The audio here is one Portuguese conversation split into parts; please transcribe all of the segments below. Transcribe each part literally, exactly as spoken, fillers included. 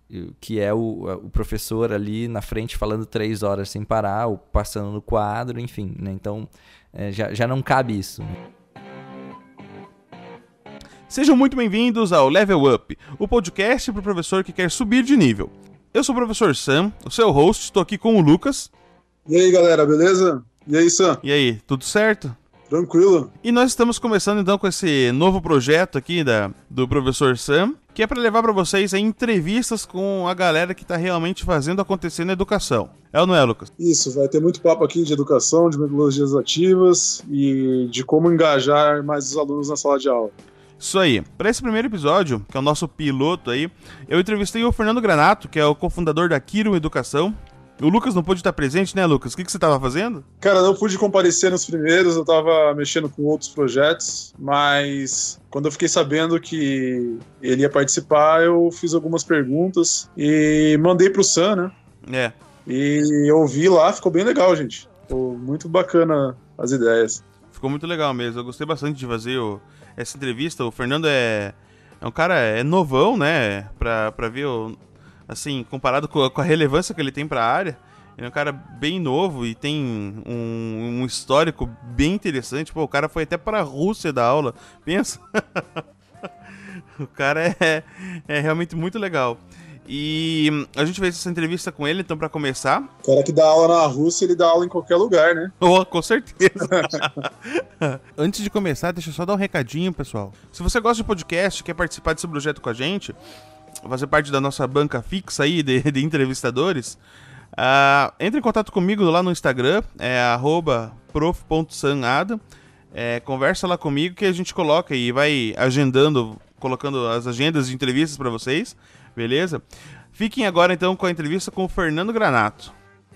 que é o, o professor ali na frente falando três horas sem parar, ou passando no quadro, enfim, né? Então é, já, já não cabe isso. Sejam muito bem-vindos ao Level Up, o podcast para o professor que quer subir de nível. Eu sou o professor Sam, o seu host, estou aqui com o Lucas. E aí, galera, beleza? E aí, Sam? E aí, tudo certo? Tranquilo. E nós estamos começando então com esse novo projeto aqui da, do professor Sam, que é para levar para vocês aí, entrevistas com a galera que está realmente fazendo acontecer na educação. É ou não é, Lucas? Isso, vai ter muito papo aqui de educação, de metodologias ativas e de como engajar mais os alunos na sala de aula. Isso aí. Para esse primeiro episódio, que é o nosso piloto aí, eu entrevistei o Fernando Granato, que é o cofundador da Kiron Educação. O Lucas não pôde estar presente, né, Lucas? O que, que você estava fazendo? Cara, não pude comparecer nos primeiros, eu estava mexendo com outros projetos, mas quando eu fiquei sabendo que ele ia participar, eu fiz algumas perguntas e mandei pro Sam, né? É. E eu vi lá, ficou bem legal, gente. Ficou muito bacana as ideias. Ficou muito legal mesmo, eu gostei bastante de fazer o, essa entrevista. O Fernando é, é um cara é novão, né, pra, pra ver, o, assim, comparado com a, com a relevância que ele tem pra área. Ele é um cara bem novo e tem um, um histórico bem interessante. Pô, o cara foi até para a Rússia dar aula, pensa. O cara é, é realmente muito legal. E a gente fez essa entrevista com ele, então, pra começar. O cara que dá aula na Rússia, ele dá aula em qualquer lugar, né? Oh, com certeza. Antes de começar, deixa eu só dar um recadinho, pessoal. Se você gosta de podcast, quer participar desse projeto com a gente, fazer parte da nossa banca fixa aí de, de entrevistadores, uh, entre em contato comigo lá no Instagram, é arroba prof ponto sanada. É, conversa lá comigo que a gente coloca e vai agendando, colocando as agendas de entrevistas para vocês. Beleza? Fiquem agora então com a entrevista com o Fernando Granato.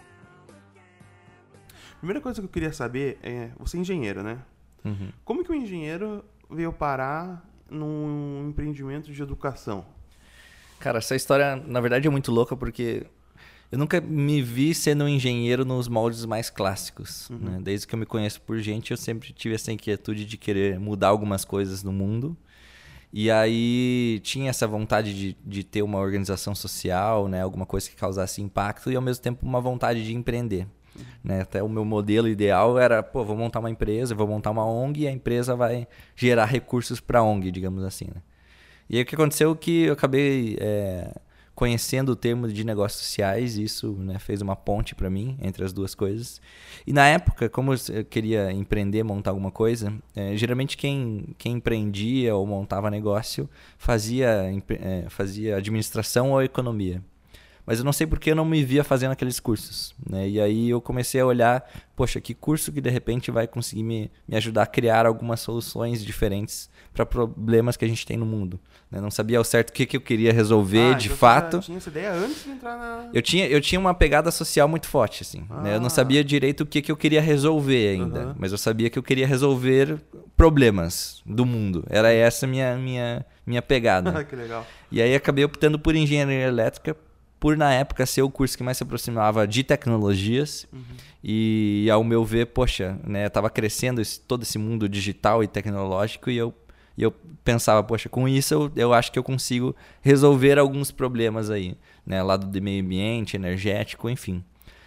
Primeira coisa que eu queria saber é, você é engenheiro, né? Uhum. Como que um engenheiro veio parar num empreendimento de educação? Cara, essa história na verdade é muito louca porque eu nunca me vi sendo um engenheiro nos moldes mais clássicos. Uhum. Né? Desde que eu me conheço por gente, eu sempre tive essa inquietude de querer mudar algumas coisas no mundo. E aí tinha essa vontade de, de ter uma organização social, né? Alguma coisa que causasse impacto e ao mesmo tempo uma vontade de empreender. Uhum. Né? Até o meu modelo ideal era, pô, vou montar uma empresa, vou montar uma O N G e a empresa vai gerar recursos para a O N G, digamos assim. Né? E aí o que aconteceu é que eu acabei é, conhecendo o termo de negócios sociais e isso, né, fez uma ponte para mim entre as duas coisas. E na época, como eu queria empreender, montar alguma coisa, é, geralmente quem, quem empreendia ou montava negócio fazia, é, fazia administração ou economia. Mas eu não sei porque eu não me via fazendo aqueles cursos. Né? E aí eu comecei a olhar, poxa, que curso que de repente vai conseguir me, me ajudar a criar algumas soluções diferentes para problemas que a gente tem no mundo. Né? Não sabia ao certo o que, que eu queria resolver ah, de então fato. Você tinha essa ideia antes de entrar na... Eu tinha, eu tinha uma pegada social muito forte. Assim, ah. né? Eu não sabia direito o que, que eu queria resolver ainda. Uhum. Mas eu sabia que eu queria resolver problemas do mundo. Era essa a minha, minha, minha pegada. Que legal. E aí acabei optando por engenharia elétrica, por na época ser o curso que mais se aproximava de tecnologias. Uhum. E ao meu ver, poxa, né, estava crescendo esse, todo esse mundo digital e tecnológico e eu, e eu pensava, poxa, com isso eu, eu acho que eu consigo resolver alguns problemas aí, né, lado do meio ambiente, energético, enfim.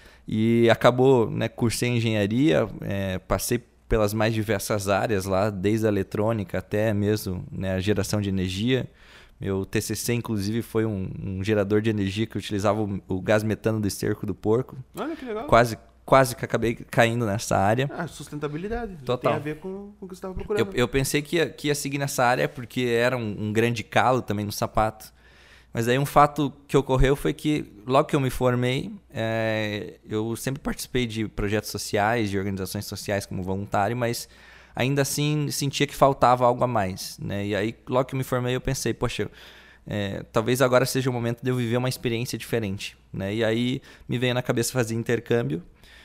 E acabou, né, cursei engenharia, é, passei pelas mais diversas áreas lá, desde a eletrônica até mesmo, né, a geração de energia. Meu T C C, inclusive, foi um, um gerador de energia que utilizava o, o gás metano do esterco do porco. Olha que legal. Quase, quase que acabei caindo nessa área. Ah, sustentabilidade. Total. Tem a ver com, com o que você estava procurando. Eu, eu pensei que ia, que ia seguir nessa área porque era um, um grande calo também no sapato. Mas aí um fato que ocorreu foi que logo que eu me formei, é, eu sempre participei de projetos sociais, de organizações sociais como voluntário, mas ainda assim sentia que faltava algo a mais, né? E aí, logo que eu me formei, eu pensei, poxa, é, talvez agora seja o momento de eu viver uma experiência diferente, né? E aí me veio na cabeça fazer intercâmbio,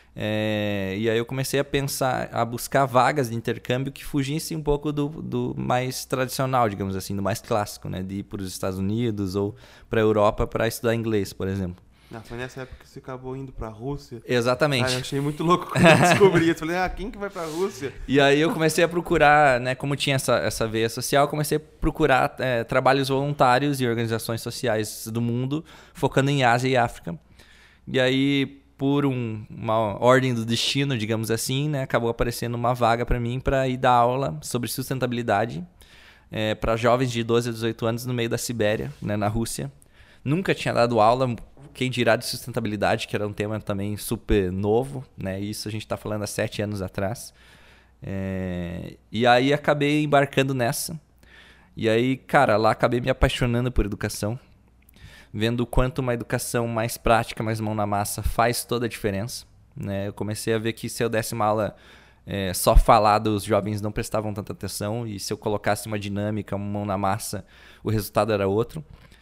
é, e aí eu comecei a pensar, a buscar vagas de intercâmbio que fugissem um pouco do, do mais tradicional, digamos assim, do mais clássico, né? De ir para os Estados Unidos ou para a Europa para estudar inglês, por exemplo. Ah, foi nessa época que você acabou indo pra Rússia. Exatamente. Ah, eu achei muito louco quando eu descobri isso. Falei, ah, quem que vai pra Rússia? E aí eu comecei a procurar, né, como tinha essa, essa veia social, eu comecei a procurar é, trabalhos voluntários e organizações sociais do mundo, focando em Ásia e África. E aí, por um, uma ordem do destino, digamos assim, né, acabou aparecendo uma vaga para mim para ir dar aula sobre sustentabilidade é, para jovens de doze a dezoito anos no meio da Sibéria, né, na Rússia. Nunca tinha dado aula, quem dirá de sustentabilidade, que era um tema também super novo, né? Isso a gente está falando há sete anos atrás. É... E aí acabei embarcando nessa. E aí, cara, lá acabei me apaixonando por educação, vendo o quanto uma educação mais prática, mais mão na massa, faz toda a diferença, né? Eu comecei a ver que se eu desse uma aula é, só falada, os jovens não prestavam tanta atenção, e se eu colocasse uma dinâmica, uma mão na massa, o resultado era outro.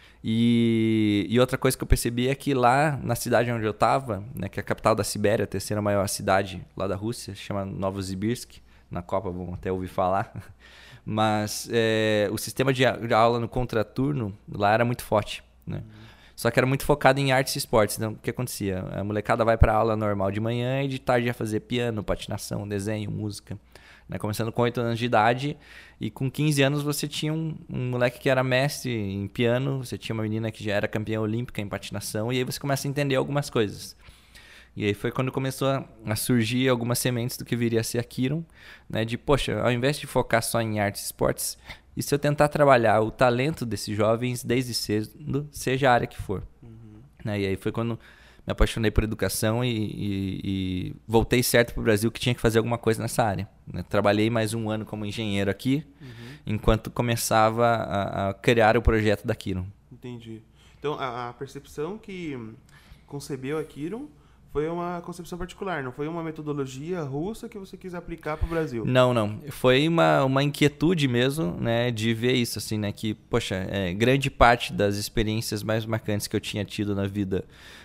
E, e outra coisa que eu percebi é que lá na cidade onde eu estava, né, que é a capital da Sibéria, a terceira maior cidade lá da Rússia, chama Novosibirsk, na Copa vão até ouvir falar, mas é, o sistema de, de aula no contraturno lá era muito forte, né? Uhum. Só que era muito focado em artes e esportes. Então, o que acontecia? A molecada vai para a aula normal de manhã e de tarde ia fazer piano, patinação, desenho, música. Né? Começando com oito anos de idade, e com quinze anos você tinha um, um moleque que era mestre em piano, você tinha uma menina que já era campeã olímpica em patinação, e aí você começa a entender algumas coisas. E aí foi quando começou a, a surgir algumas sementes do que viria a ser a Kiron, né? De, poxa, ao invés de focar só em artes e esportes, e se eu tentar trabalhar o talento desses jovens desde cedo, seja a área que for. Uhum. Né? E aí foi quando me apaixonei por educação e, e, e voltei certo para o Brasil que tinha que fazer alguma coisa nessa área. Né? Trabalhei mais um ano como engenheiro aqui, uhum. enquanto começava a, a criar o projeto da Kiron. Entendi. Então, a, a percepção que concebeu a Kiron foi uma concepção particular, não foi uma metodologia russa que você quis aplicar para o Brasil? Não, não. Foi uma, uma inquietude mesmo, né, de ver isso, assim, né, que, poxa, é, grande parte das experiências mais marcantes que eu tinha tido na vida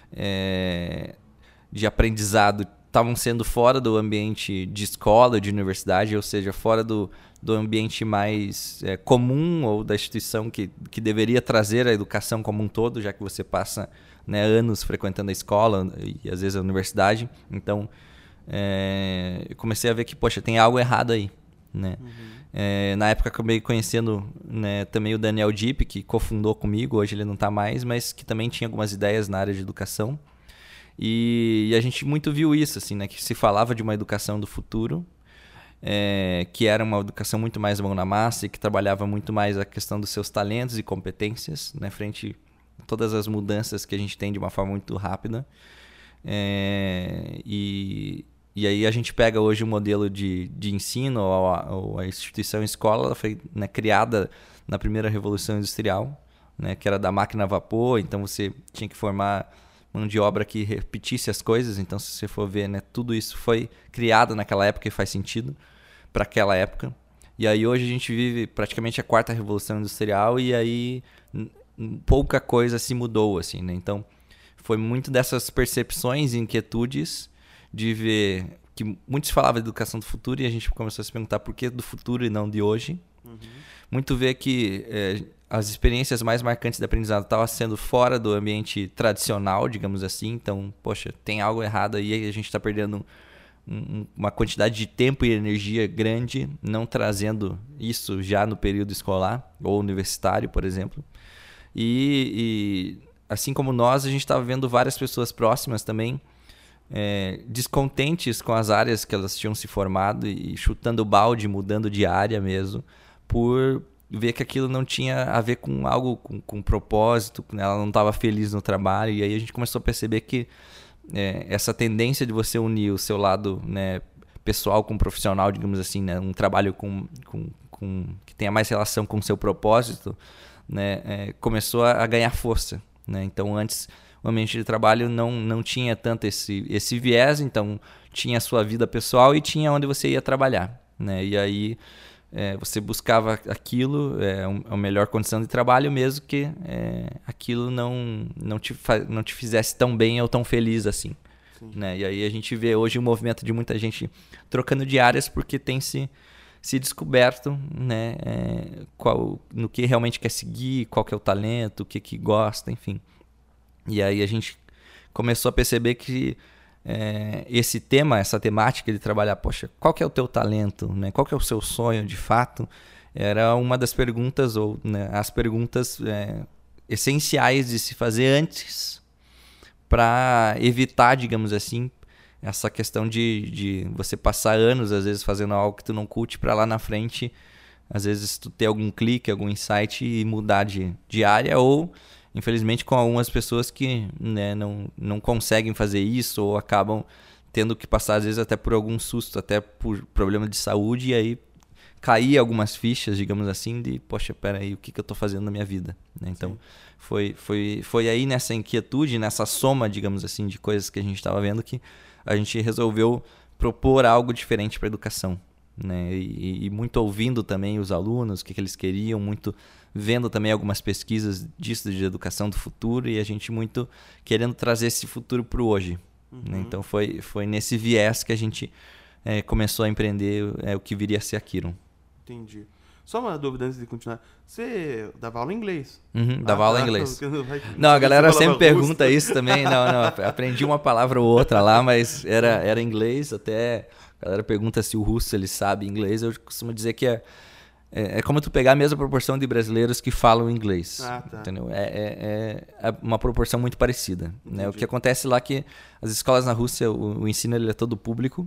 é, de aprendizado estavam sendo fora do ambiente de escola, de universidade, ou seja, fora do, do ambiente mais é, comum ou da instituição que, que deveria trazer a educação como um todo, já que você passa, né, anos frequentando a escola e às vezes a universidade. Então, é, eu comecei a ver que, poxa, tem algo errado aí, né? Uhum. É, na época acabei conhecendo, né, também o Daniel Dipp, que cofundou comigo, hoje ele não está mais, mas que também tinha algumas ideias na área de educação. E, e a gente muito viu isso, assim, né, que se falava de uma educação do futuro, é, que era uma educação muito mais mão na massa e que trabalhava muito mais a questão dos seus talentos e competências, né, frente a todas as mudanças que a gente tem de uma forma muito rápida. É, e, e aí a gente pega hoje o modelo de, de ensino, ou a, ou a instituição escola, ela foi, né, criada na primeira Revolução Industrial, né, que era da máquina a vapor, então você tinha que formar mão de obra que repetisse as coisas. Então, se você for ver, né, tudo isso foi criado naquela época e faz sentido para aquela época. E aí hoje a gente vive praticamente a quarta Revolução Industrial e aí pouca coisa se mudou, assim, né? Então, foi muito dessas percepções e inquietudes de ver que muitos falavam de educação do futuro e a gente começou a se perguntar por que do futuro e não de hoje. Uhum. Muito ver que é, as experiências mais marcantes de aprendizado estavam sendo fora do ambiente tradicional, digamos assim. Então, poxa, tem algo errado aí, a gente está perdendo um, uma quantidade de tempo e energia grande, não trazendo isso já no período escolar ou universitário, por exemplo. E, e assim como nós, a gente estava vendo várias pessoas próximas também é, descontentes com as áreas que elas tinham se formado e chutando balde, mudando de área mesmo, por ver que aquilo não tinha a ver com algo, com, com propósito, né? Ela não estava feliz no trabalho. E aí a gente começou a perceber que é, essa tendência de você unir o seu lado, né, pessoal com profissional, digamos assim, né, um trabalho com, com, com, que tenha mais relação com o seu propósito, né, é, começou a, a ganhar força. Né? Então antes o ambiente de trabalho não, não tinha tanto esse, esse viés, então tinha a sua vida pessoal e tinha onde você ia trabalhar. Né? E aí É, você buscava aquilo, é, uma melhor condição de trabalho, mesmo que é, aquilo não, não, te fa- não te fizesse tão bem ou tão feliz assim. Né? E aí a gente vê hoje um movimento de muita gente trocando de áreas porque tem se, se descoberto, né, é, qual, no que realmente quer seguir, qual que é o talento, o que, que gosta, enfim. E aí a gente começou a perceber que é, esse tema, essa temática de trabalhar, poxa, qual que é o teu talento, né? Qual que é o seu sonho de fato, era uma das perguntas, ou né, as perguntas é, essenciais de se fazer antes para evitar, digamos assim, essa questão de, de você passar anos, às vezes, fazendo algo que tu não curte para lá na frente, às vezes tu ter algum clique, algum insight e mudar de, de área, ou, infelizmente, com algumas pessoas que né, não, não conseguem fazer isso ou acabam tendo que passar, às vezes, até por algum susto, até por problema de saúde, e aí cair algumas fichas, digamos assim, de, poxa, peraí, o que, que eu estou fazendo na minha vida? Né? Então, foi, foi, foi aí nessa inquietude, nessa soma, digamos assim, de coisas que a gente estava vendo que a gente resolveu propor algo diferente para a educação. Né? E, e muito ouvindo também os alunos, o que, que eles queriam, muito vendo também algumas pesquisas disso de educação do futuro e a gente muito querendo trazer esse futuro para o hoje. Uhum. Né? Então, foi, foi nesse viés que a gente é, começou a empreender é, o que viria a ser a Kiron. Entendi. Só uma dúvida antes de continuar. Você dava aula em inglês? Uhum, dava ah, aula em inglês. Vai... Não, a galera sempre pergunta isso também. Não, não, aprendi uma palavra ou outra lá, mas era, era inglês. Até a galera pergunta se o russo ele sabe inglês. Eu costumo dizer que é, é, é como tu pegar a mesma proporção de brasileiros que falam inglês. Ah, tá. Entendeu? É, é, é uma proporção muito parecida. Né? O que acontece lá é que as escolas na Rússia, o, o ensino ele é todo público.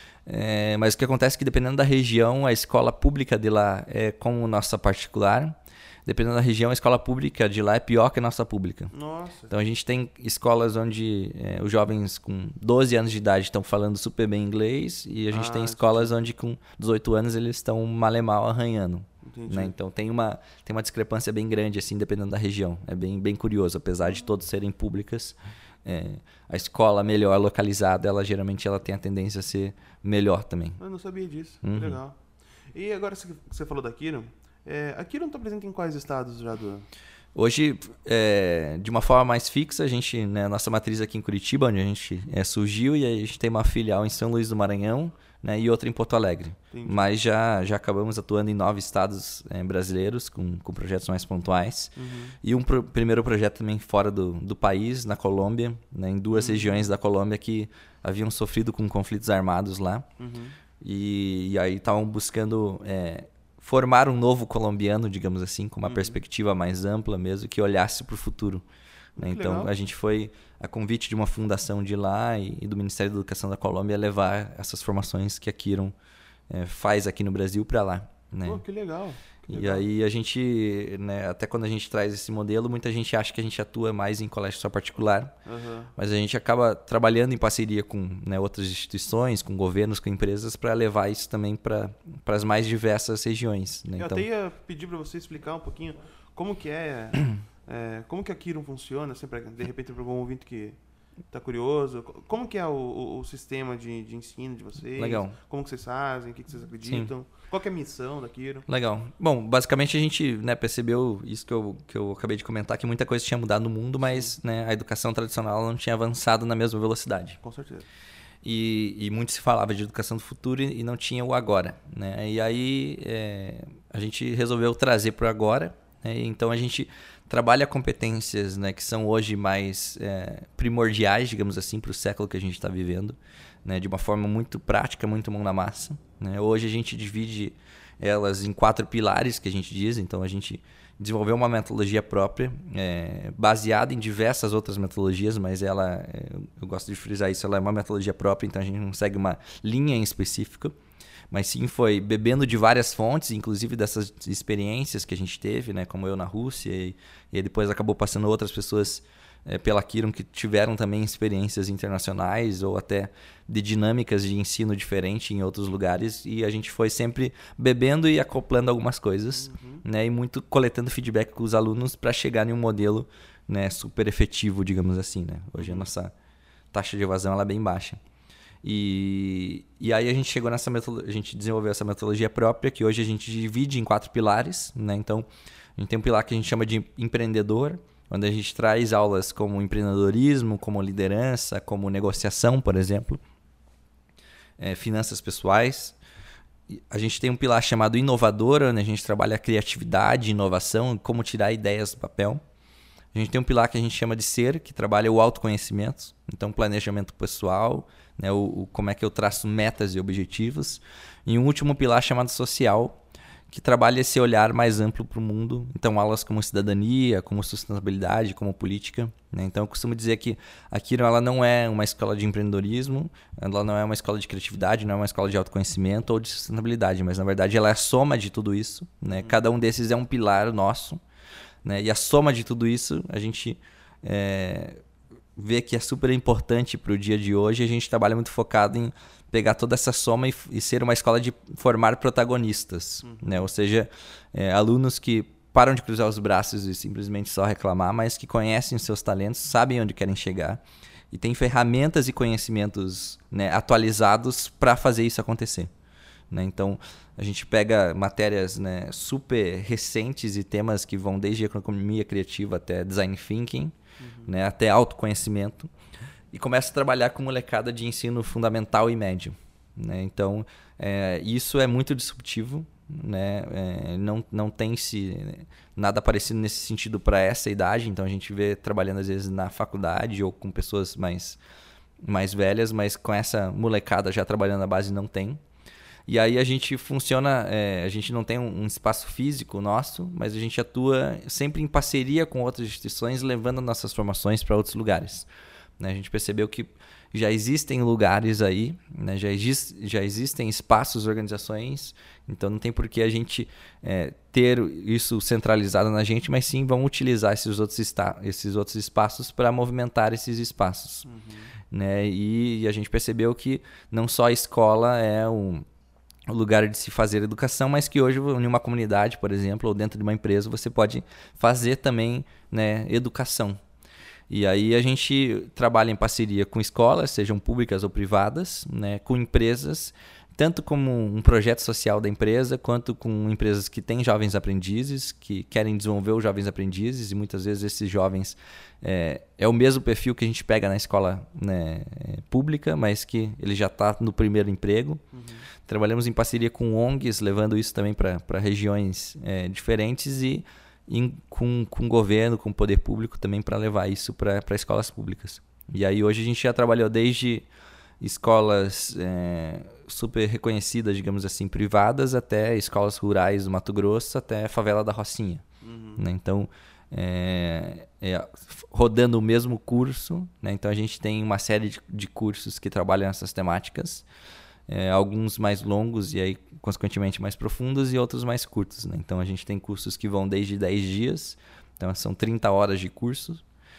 É, mas o que acontece é que dependendo da região, a escola pública de lá é como nossa particular. Dependendo da região, a escola pública de lá é pior que a nossa pública. Nossa. Então a gente tem escolas onde é, os jovens com doze anos de idade estão falando super bem inglês e a gente ah, tem escolas entendi. onde com dezoito anos eles estão malemal arranhando. Né? Então tem uma, tem uma discrepância bem grande assim, dependendo da região. É bem, bem curioso, apesar de todas serem públicas. É, a escola melhor localizada, ela geralmente ela tem a tendência a ser melhor também. Eu não sabia disso, uhum. Que legal. E agora você falou da Kiron, é, a Kiron está presente em quais estados já do... Hoje, é, de uma forma mais fixa, a gente, né, nossa matriz aqui em Curitiba, onde a gente é, surgiu, e a gente tem uma filial em São Luís do Maranhão, né, e outra em Porto Alegre. Entendi. Mas já, já acabamos atuando em nove estados é, brasileiros, com, com projetos mais pontuais. Uhum. E um pro, primeiro projeto também fora do, do país, na Colômbia, né, em duas uhum. regiões da Colômbia que haviam sofrido com conflitos armados lá. Uhum. E, e aí estavam buscando é, formar um novo colombiano, digamos assim, com uma uhum. perspectiva mais ampla mesmo, que olhasse para o futuro. Né? Então, legal. A gente foi a convite de uma fundação de lá e, e do Ministério da Educação da Colômbia levar essas formações que a Kiron é, faz aqui no Brasil para lá. Né? Pô, que legal. Que e legal. aí a gente, né, até quando a gente traz esse modelo, muita gente acha que a gente atua mais em colégio só particular, uhum. mas a gente acaba trabalhando em parceria com né, outras instituições, com governos, com empresas, para levar isso também para as mais diversas regiões. Né? Eu então, até ia pedir para você explicar um pouquinho como que é... É, como que a Kiron funciona, assim, pra, de repente, para algum ouvinte que está curioso, como que é o, o, o sistema de, de ensino de vocês? Legal. Como que vocês fazem, o que, que vocês acreditam? Sim. Qual que é a missão da Kiron? Legal. Bom, basicamente a gente né, percebeu isso que eu, que eu acabei de comentar, que muita coisa tinha mudado no mundo, mas né, a educação tradicional não tinha avançado na mesma velocidade. Com certeza. E, e muito se falava de educação do futuro e, e não tinha o agora. Né? E aí é, a gente resolveu trazer para o agora. Né? Então a gente trabalha competências né, que são hoje mais é, primordiais, digamos assim, para o século que a gente está vivendo, né, de uma forma muito prática, muito mão na massa. Né? Hoje a gente divide elas em quatro pilares, que a gente diz. Então a gente desenvolveu uma metodologia própria, é, baseada em diversas outras metodologias, mas ela, eu gosto de frisar isso, ela é uma metodologia própria, então a gente não segue uma linha em específico. Mas sim, foi bebendo de várias fontes, inclusive dessas experiências que a gente teve, né, como eu na Rússia, e, e depois acabou passando outras pessoas é, pela Kiron que tiveram também experiências internacionais ou até de dinâmicas de ensino diferente em outros lugares, e a gente foi sempre bebendo e acoplando algumas coisas, uhum. né, e muito coletando feedback com os alunos para chegar em um modelo né, super efetivo, digamos assim. Né? Hoje a nossa taxa de evasão ela é bem baixa. E, e aí a gente chegou nessa metodologia, a gente desenvolveu essa metodologia própria, que hoje a gente divide em quatro pilares. Né? Então, a gente tem um pilar que a gente chama de empreendedor, onde a gente traz aulas como empreendedorismo, como liderança, como negociação, por exemplo, é, finanças pessoais. A gente tem um pilar chamado inovador, onde a gente trabalha a criatividade, inovação, como tirar ideias do papel. A gente tem um pilar que a gente chama de ser, que trabalha o autoconhecimento, então planejamento pessoal, né, o, o, como é que eu traço metas e objetivos. E um último pilar chamado social, que trabalha esse olhar mais amplo para o mundo. Então, aulas como cidadania, como sustentabilidade, como política. Né? Então, eu costumo dizer que a Kiron ela não é uma escola de empreendedorismo, ela não é uma escola de criatividade, não é uma escola de autoconhecimento ou de sustentabilidade, mas, na verdade, ela é a soma de tudo isso. Né? Cada um desses é um pilar nosso. Né? E a soma de tudo isso, a gente é, vê que é super importante para o dia de hoje. A gente trabalha muito focado em pegar toda essa soma e, e ser uma escola de formar protagonistas. Uhum. Né? Ou seja, é, alunos que param de cruzar os braços e simplesmente só reclamar, mas que conhecem os seus talentos, sabem onde querem chegar e têm ferramentas e conhecimentos, né, atualizados para fazer isso acontecer. Né? Então, a gente pega matérias, né, super recentes e temas que vão desde economia criativa até design thinking, uhum. né, até autoconhecimento, e começa a trabalhar com molecada de ensino fundamental e médio. Né? Então, é, isso é muito disruptivo. Né? É, não, não tem se, nada parecido nesse sentido para essa idade. Então, a gente vê trabalhando às vezes na faculdade ou com pessoas mais, mais velhas, mas com essa molecada já trabalhando na base não tem. E aí a gente funciona, é, a gente não tem um, um espaço físico nosso, mas a gente atua sempre em parceria com outras instituições, levando nossas formações para outros lugares. Né? A gente percebeu que já existem lugares aí, né? já, exist, já existem espaços, organizações, então não tem por que a gente é, ter isso centralizado na gente, mas sim vamos utilizar esses outros, esta, esses outros espaços para movimentar esses espaços. Uhum. Né? E, e a gente percebeu que não só a escola é um o lugar de se fazer educação, mas que hoje em uma comunidade, por exemplo, ou dentro de uma empresa, você pode fazer também, né, educação. E aí a gente trabalha em parceria com escolas, sejam públicas ou privadas, né, com empresas, tanto como um projeto social da empresa, quanto com empresas que têm jovens aprendizes, que querem desenvolver os jovens aprendizes, e muitas vezes esses jovens é, é o mesmo perfil que a gente pega na escola, né, pública, mas que ele já está no primeiro emprego. Uhum. Trabalhamos em parceria com O N Gs, levando isso também para regiões é, diferentes e em, com, com o governo, com o poder público também para levar isso para escolas públicas. E aí hoje a gente já trabalhou desde escolas é, super reconhecidas, digamos assim, privadas, até escolas rurais do Mato Grosso, até a favela da Rocinha. Uhum. Né? Então, é, é, rodando o mesmo curso, né? Então a gente tem uma série de, de cursos que trabalham essas temáticas, é, alguns mais longos e aí, consequentemente, mais profundos, e outros mais curtos. Né? Então a gente tem cursos que vão desde dez dias, então são trinta horas de curso,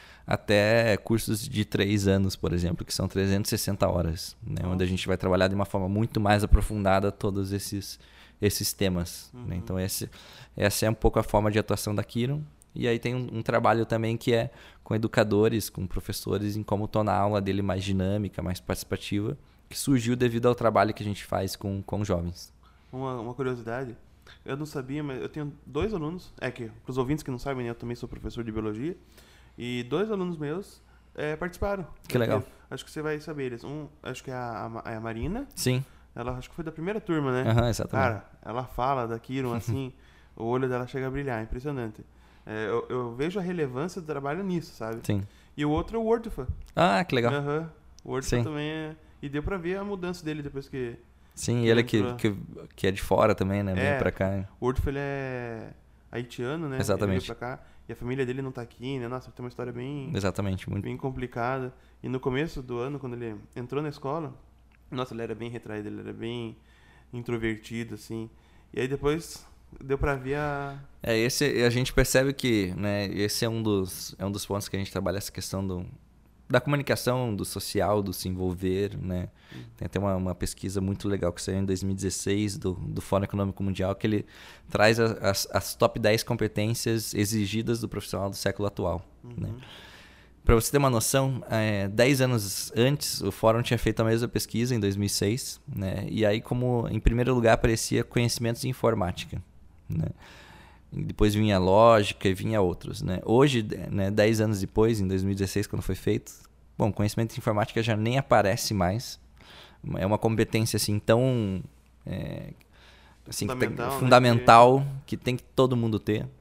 até cursos de três anos, por exemplo, que são trezentas e sessenta horas, né? Onde a gente vai trabalhar de uma forma muito mais aprofundada todos esses, esses temas. Uhum. Né? Então esse, essa é um pouco a forma de atuação da Kiron. E aí tem um, um trabalho também que é com educadores, com professores, em como tornar a aula dele mais dinâmica, mais participativa, que surgiu devido ao trabalho que a gente faz com, com jovens. Uma, uma curiosidade, eu não sabia, mas eu tenho dois alunos, é que, para os ouvintes que não sabem, eu também sou professor de biologia, e dois alunos meus é, participaram. Que legal. Acho que você vai saber eles. Um, acho que é a, a, a Marina. Sim. Ela acho que foi da primeira turma, né? Aham, exatamente. Cara, ela fala da Kiron assim, o olho dela chega a brilhar, impressionante. É, eu, eu vejo a relevância do trabalho nisso, sabe? Sim. E o outro é o Wordfa. Ah, que legal. Aham. Uhum. O Wordfa também é... E deu pra ver a mudança dele depois que... Sim, que e ele que, que, que é de fora também, né? É, vem pra cá. O Wordfa, ele é haitiano, né? Exatamente. Ele veio pra cá. E a família dele não tá aqui, né? Nossa, tem uma história bem... Exatamente, muito. Bem complicada. E no começo do ano, quando ele entrou na escola, nossa, ele era bem retraído, ele era bem introvertido, assim. E aí depois deu pra ver a... É, esse a gente percebe que, né, esse é um dos, é um dos pontos que a gente trabalha, essa questão do, da comunicação, do social, do se envolver, né? Uhum. Tem até uma, uma pesquisa muito legal que saiu em dois mil e dezesseis do, do Fórum Econômico Mundial, que ele traz a, as, as top dez competências exigidas do profissional do século atual. Uhum. Né? Para você ter uma noção, é, dez anos antes, o Fórum tinha feito a mesma pesquisa, em dois mil e seis, né? E aí, como em primeiro lugar aparecia conhecimentos em informática, né? Depois vinha lógica e vinha outros, né? Hoje, né, dez anos depois, em dois mil e dezesseis, quando foi feito, bom, conhecimento em informática já nem aparece mais. É uma competência assim tão é, assim, fundamental, que, né? fundamental que... que tem que todo mundo ter.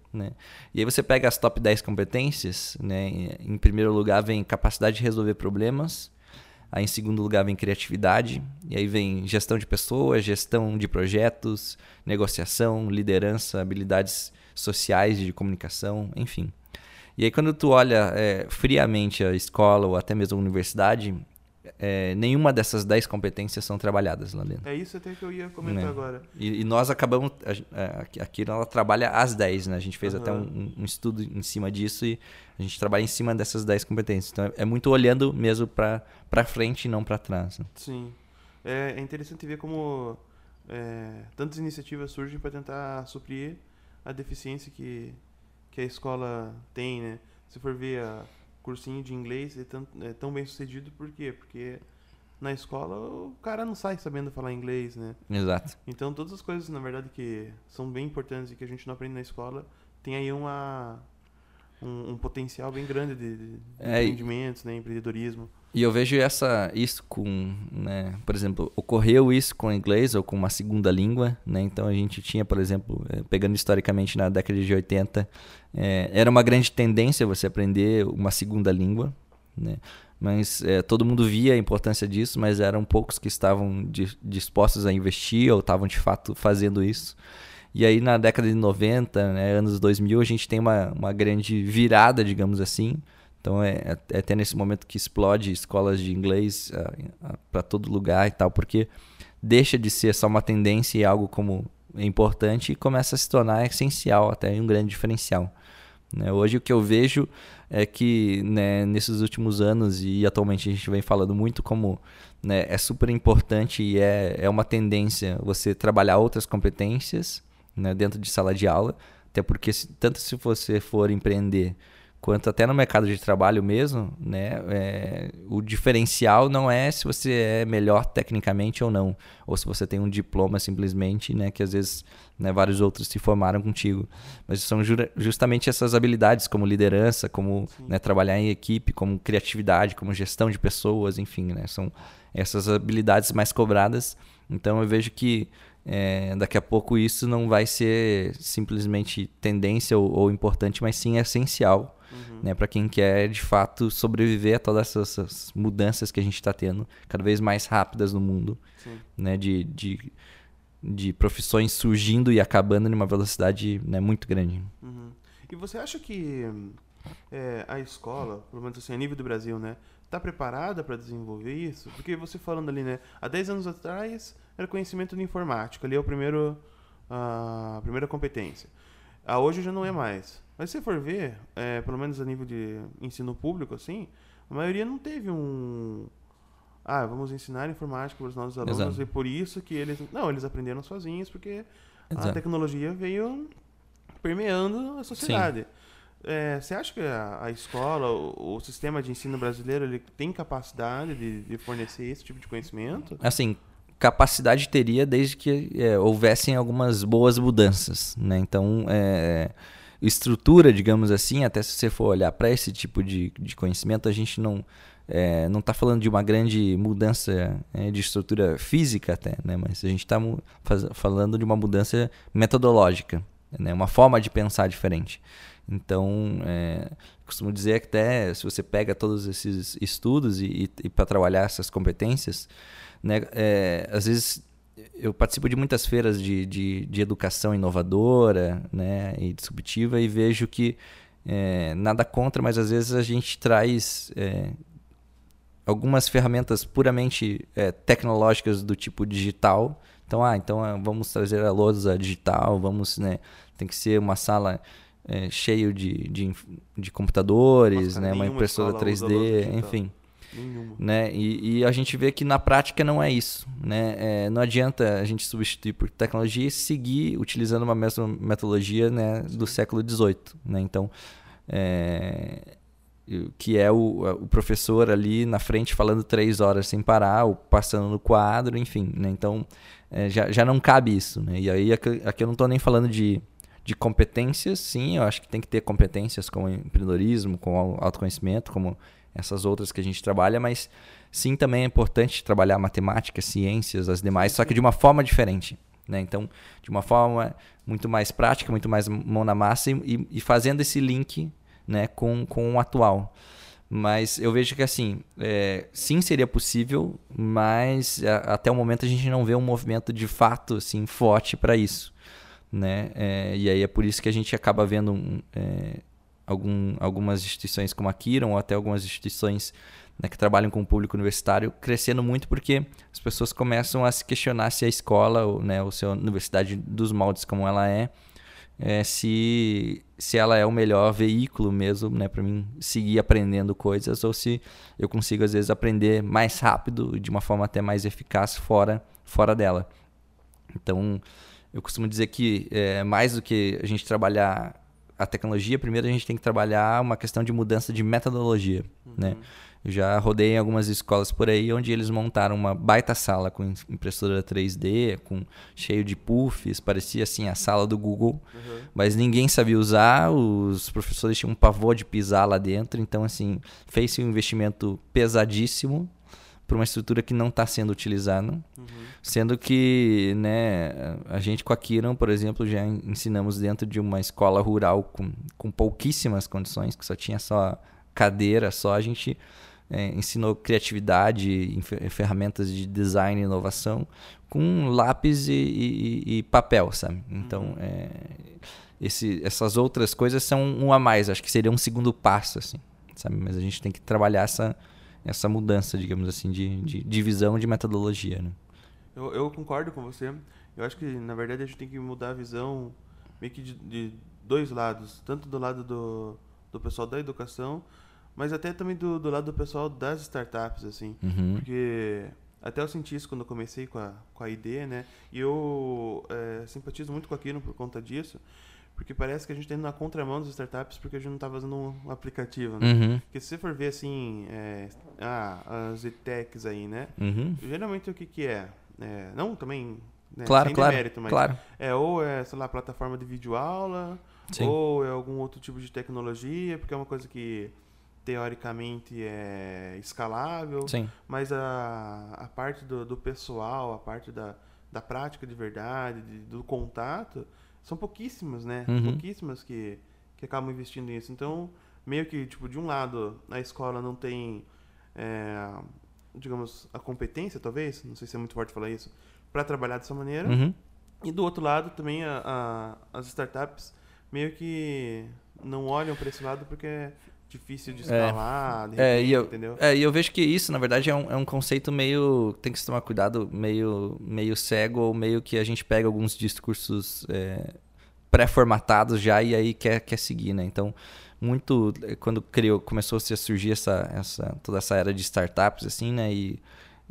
né? E aí você pega as top dez competências, né? Em primeiro lugar vem capacidade de resolver problemas, aí em segundo lugar vem criatividade, e aí vem gestão de pessoas, gestão de projetos, negociação, liderança, habilidades sociais de comunicação, enfim. E aí quando tu olha é, friamente a escola ou até mesmo a universidade, é, nenhuma dessas dez competências são trabalhadas lá dentro. É isso até que eu ia comentar, né? Agora. E, e nós acabamos, aqui ela trabalha as dez, né? A gente fez uhum. até um, um estudo em cima disso e a gente trabalha em cima dessas dez competências. Então é muito olhando mesmo para para frente e não para trás. Né? Sim. É, é interessante ver como é, tantas iniciativas surgem para tentar suprir a deficiência que, que a escola tem, né? Se for ver a cursinho de inglês é tão, é tão bem sucedido, por quê? Porque na escola o cara não sai sabendo falar inglês, né? Exato. Então todas as coisas, na verdade, que são bem importantes e que a gente não aprende na escola, tem aí uma, um, um potencial bem grande de, de é, empreendimentos, né? Empreendedorismo. E eu vejo essa, isso com, né, por exemplo, ocorreu isso com o inglês ou com uma segunda língua, né? Então a gente tinha, por exemplo, pegando historicamente na década de oitenta, é, era uma grande tendência você aprender uma segunda língua, né? Mas é, todo mundo via a importância disso, mas eram poucos que estavam di- dispostos a investir ou estavam de fato fazendo isso. E aí na década de noventa, né, anos dois mil, a gente tem uma, uma grande virada, digamos assim. Então é, é até nesse momento que explode escolas de inglês uh, uh, para todo lugar e tal, porque deixa de ser só uma tendência e algo como importante e começa a se tornar essencial, até um grande diferencial. Né? Hoje o que eu vejo é que, né, nesses últimos anos e atualmente a gente vem falando muito como, né, é super importante e é, é uma tendência você trabalhar outras competências, né, dentro de sala de aula, até porque se, tanto se você for empreender quanto até no mercado de trabalho mesmo, né, é, o diferencial não é se você é melhor tecnicamente ou não, ou se você tem um diploma simplesmente, né, que às vezes, né, vários outros se formaram contigo, mas são jura, justamente essas habilidades como liderança, como, né, trabalhar em equipe, como criatividade, como gestão de pessoas, enfim, né, são essas habilidades mais cobradas. Então eu vejo que É, daqui a pouco isso não vai ser simplesmente tendência ou, ou importante, mas sim essencial, uhum. né, para quem quer de fato sobreviver a todas essas, essas mudanças que a gente está tendo cada vez mais rápidas no mundo, né, de, de, de profissões surgindo e acabando numa velocidade, né, muito grande. Uhum. E você acha que é, a escola, pelo menos assim, a nível do Brasil, né, está preparada para desenvolver isso? Porque você falando ali, né, há dez anos atrás era conhecimento de informática, ali é o primeiro, a primeira competência. Ah, hoje já não é mais. Mas se você for ver, é, pelo menos a nível de ensino público, assim, a maioria não teve um... Ah, vamos ensinar informática para os nossos alunos. Exato. E por isso que eles... Não, eles aprenderam sozinhos, porque Exato. A tecnologia veio permeando a sociedade. É, você acha que a, a escola, o, o sistema de ensino brasileiro, ele tem capacidade de, de fornecer esse tipo de conhecimento? Assim, capacidade teria desde que é, houvessem algumas boas mudanças, né? Então, é, estrutura, digamos assim, até se você for olhar para esse tipo de, de conhecimento, a gente não é, não está falando de uma grande mudança é, de estrutura física até, né? Mas a gente está falando de uma mudança metodológica, né? Uma forma de pensar diferente. Então, é, costumo dizer que até se você pega todos esses estudos e, e, e para trabalhar essas competências, né, é, às vezes eu participo de muitas feiras de, de, de educação inovadora, né, e disruptiva e vejo que é, nada contra, mas às vezes a gente traz é, algumas ferramentas puramente é, tecnológicas do tipo digital. Então, ah, então vamos trazer a lousa digital, vamos, né, tem que ser uma sala é, cheio de, de, de computadores, Nossa, né, uma impressora três D, enfim. Né? E, e a gente vê que na prática não é isso, né? É, não adianta a gente substituir por tecnologia e seguir utilizando uma mesma metodologia, né, do século dezoito, né? Então, é, que é o, o professor ali na frente falando três horas sem parar, ou passando no quadro, enfim, né? Então, é, já, já não cabe isso, né? E aí aqui, aqui eu não estou nem falando de de competências, sim, eu acho que tem que ter competências como empreendedorismo, como autoconhecimento, como essas outras que a gente trabalha, mas sim, também é importante trabalhar matemática, ciências, as demais, só que de uma forma diferente, né? Então, de uma forma muito mais prática, muito mais mão na massa e, e fazendo esse link, né, com, com o atual. Mas eu vejo que, assim, é, sim, seria possível, mas a, até o momento a gente não vê um movimento de fato assim, forte para isso, né? É, e aí é por isso que a gente acaba vendo um, é, algum, algumas instituições como a Kiron, ou até algumas instituições, né, que trabalham com o público universitário crescendo muito, porque as pessoas começam a se questionar se a escola, ou, né, ou se a universidade dos moldes como ela é, É, se, se ela é o melhor veículo mesmo, né, para mim seguir aprendendo coisas, ou se eu consigo às vezes aprender mais rápido e de uma forma até mais eficaz fora, fora dela. Então eu costumo dizer que é, mais do que a gente trabalhar a tecnologia, primeiro a gente tem que trabalhar uma questão de mudança de metodologia, uhum. né? Eu já rodei em algumas escolas por aí onde eles montaram uma baita sala com impressora três D, com, cheio de puffs, parecia assim a sala do Google, uhum. mas ninguém sabia usar, os professores tinham um pavor de pisar lá dentro, então assim, fez-se um investimento pesadíssimo para uma estrutura que não está sendo utilizada, uhum. sendo que, né, a gente com a Kiron, por exemplo, já ensinamos dentro de uma escola rural com, com pouquíssimas condições, que só tinha só cadeira, só a gente é, ensinou criatividade, ferramentas de design e inovação com lápis e, e, e papel, sabe? Então, uhum. é, esse, essas outras coisas são um a mais, acho que seria um segundo passo, assim, sabe? Mas a gente tem que trabalhar essa, essa mudança, digamos assim, de, de, de visão, de metodologia, né? Eu, eu concordo com você. Eu acho que, na verdade, a gente tem que mudar a visão meio que de, de dois lados, tanto do lado do, do pessoal da educação, mas até também do, do lado do pessoal das startups, assim. Uhum. Porque até eu senti isso quando eu comecei com a, com a I D, né? E eu é, simpatizo muito com a Kiron por conta disso, porque parece que a gente está indo na contramão das startups porque a gente não está fazendo um aplicativo, né? Uhum. Porque se você for ver, assim, é, ah, as edtechs aí, né? Uhum. Geralmente o que que é? é não, também... Né, claro, sem claro, demérito, mas claro. É, ou é, sei lá, plataforma de videoaula, Sim. ou é algum outro tipo de tecnologia, porque é uma coisa que teoricamente é escalável, Sim. mas a, a parte do, do pessoal, a parte da, da prática de verdade, de, do contato, são pouquíssimas, né? Uhum. Pouquíssimas que, que acabam investindo nisso. Então, meio que, tipo, de um lado, a escola não tem, é, digamos, a competência, talvez, não sei se é muito forte falar isso, para trabalhar dessa maneira. Uhum. E do outro lado, também, a, a, as startups meio que não olham para esse lado porque é difícil de escalar, é, de repente, é, e eu, entendeu? É, e eu vejo que isso, na verdade, é um, é um conceito meio... Tem que se tomar cuidado, meio, meio cego, ou meio que a gente pega alguns discursos é, pré-formatados já e aí quer, quer seguir, né? Então, muito... Quando criou, começou a surgir essa, essa, toda essa era de startups, assim, né? E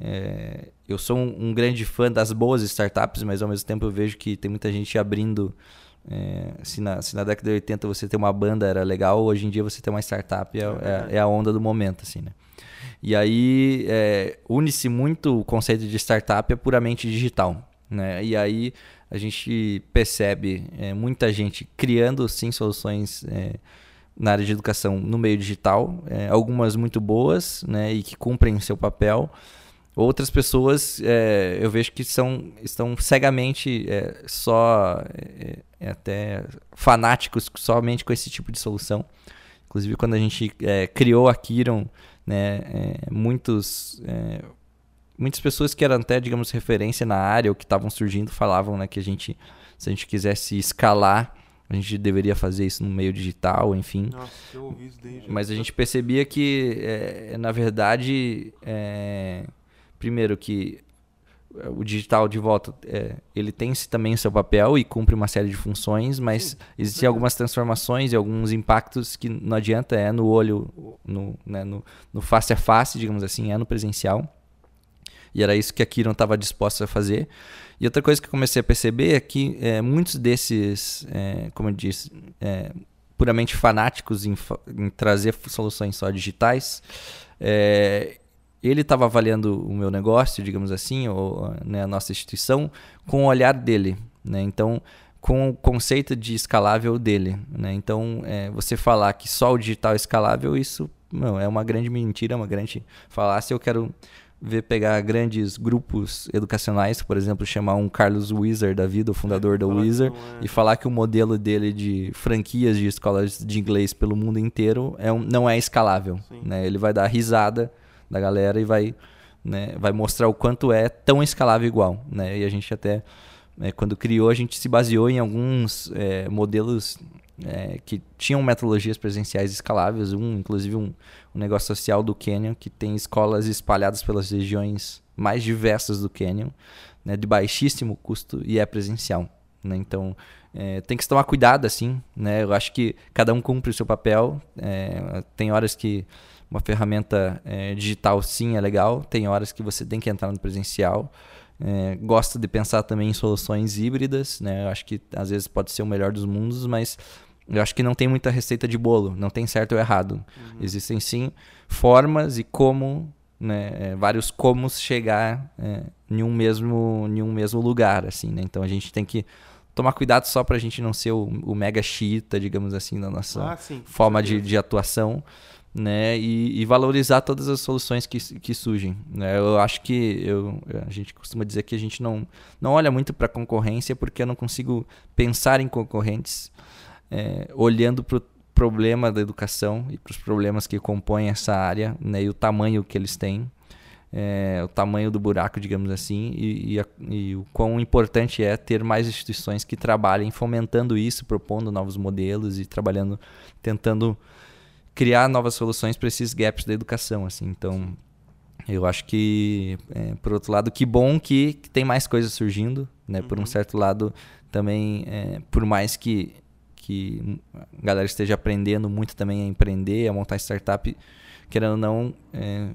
é, eu sou um, um grande fã das boas startups, mas ao mesmo tempo eu vejo que tem muita gente abrindo... É, se, na, se na década de oitenta você ter uma banda era legal, hoje em dia você ter uma startup é, é, é a onda do momento, assim, né? E aí é, une-se muito o conceito de startup é puramente digital, né? E aí a gente percebe é, muita gente criando sim soluções é, na área de educação no meio digital, é, algumas muito boas, né, e que cumprem seu papel. Outras pessoas, é, eu vejo que são, estão cegamente é, só, é, é, até fanáticos somente com esse tipo de solução. Inclusive, quando a gente é, criou a Kiron, né, é, muitos, é, muitas pessoas que eram até, digamos, referência na área ou que estavam surgindo falavam, né, que a gente, se a gente quisesse escalar, a gente deveria fazer isso no meio digital, enfim. Nossa, eu ouvi isso desde... Mas a gente percebia que, é, na verdade... É, primeiro que o digital de volta, é, ele tem também o seu papel e cumpre uma série de funções, mas Sim, existem é. algumas transformações e alguns impactos que não adianta, é no olho, no, né, no, no face a face, digamos assim, é no presencial. E era isso que a Kiron estava disposta a fazer. E outra coisa que eu comecei a perceber é que é, muitos desses, é, como eu disse, é, puramente fanáticos em, em trazer soluções só digitais, é, ele estava avaliando o meu negócio, digamos assim, ou, né, a nossa instituição, com o olhar dele, né? Então, com o conceito de escalável dele, né? Então, é, você falar que só o digital é escalável, isso não, é uma grande mentira, uma grande falácia. Eu quero ver pegar grandes grupos educacionais, por exemplo, chamar um Carlos Wizard da vida, o fundador É, da falar que Wizard, não é- e falar que o modelo dele de franquias de escolas de inglês pelo mundo inteiro é um, não é escalável. Sim. Né? Ele vai dar risada da galera e vai, né, vai mostrar o quanto é tão escalável igual. Né? E a gente até, é, quando criou, a gente se baseou em alguns é, modelos é, que tinham metodologias presenciais escaláveis, um, inclusive um, um negócio social do Canyon, que tem escolas espalhadas pelas regiões mais diversas do Canyon, né, de baixíssimo custo e é presencial. Né? Então, é, tem que se tomar cuidado, assim, né? Eu acho que cada um cumpre o seu papel. É, tem horas que uma ferramenta é, digital, sim, é legal. Tem horas que você tem que entrar no presencial. É, gosto de pensar também em soluções híbridas, né? Eu acho que às vezes pode ser o melhor dos mundos, mas eu acho que não tem muita receita de bolo, não tem certo ou errado. Uhum. Existem sim formas e como, né, é, vários comos chegar é, em, um mesmo, em um mesmo lugar, assim, né? Então a gente tem que tomar cuidado só para a gente não ser o, o mega xiita, digamos assim, da nossa ah, sim, forma de, de atuação, né? E, e valorizar todas as soluções que, que surgem. Né? Eu acho que eu, a gente costuma dizer que a gente não, não olha muito para a concorrência porque eu não consigo pensar em concorrentes É, olhando para o problema da educação e para os problemas que compõem essa área, né, e o tamanho que eles têm, é, o tamanho do buraco, digamos assim, e, e, a, e o quão importante é ter mais instituições que trabalhem fomentando isso, propondo novos modelos e trabalhando, tentando criar novas soluções para esses gaps da educação. Assim. Então, eu acho que, é, por outro lado, que bom que, que tem mais coisas surgindo, né? Uhum. Por um certo lado, também, é, por mais que que a galera esteja aprendendo muito também a empreender, a montar startup, querendo ou não, é,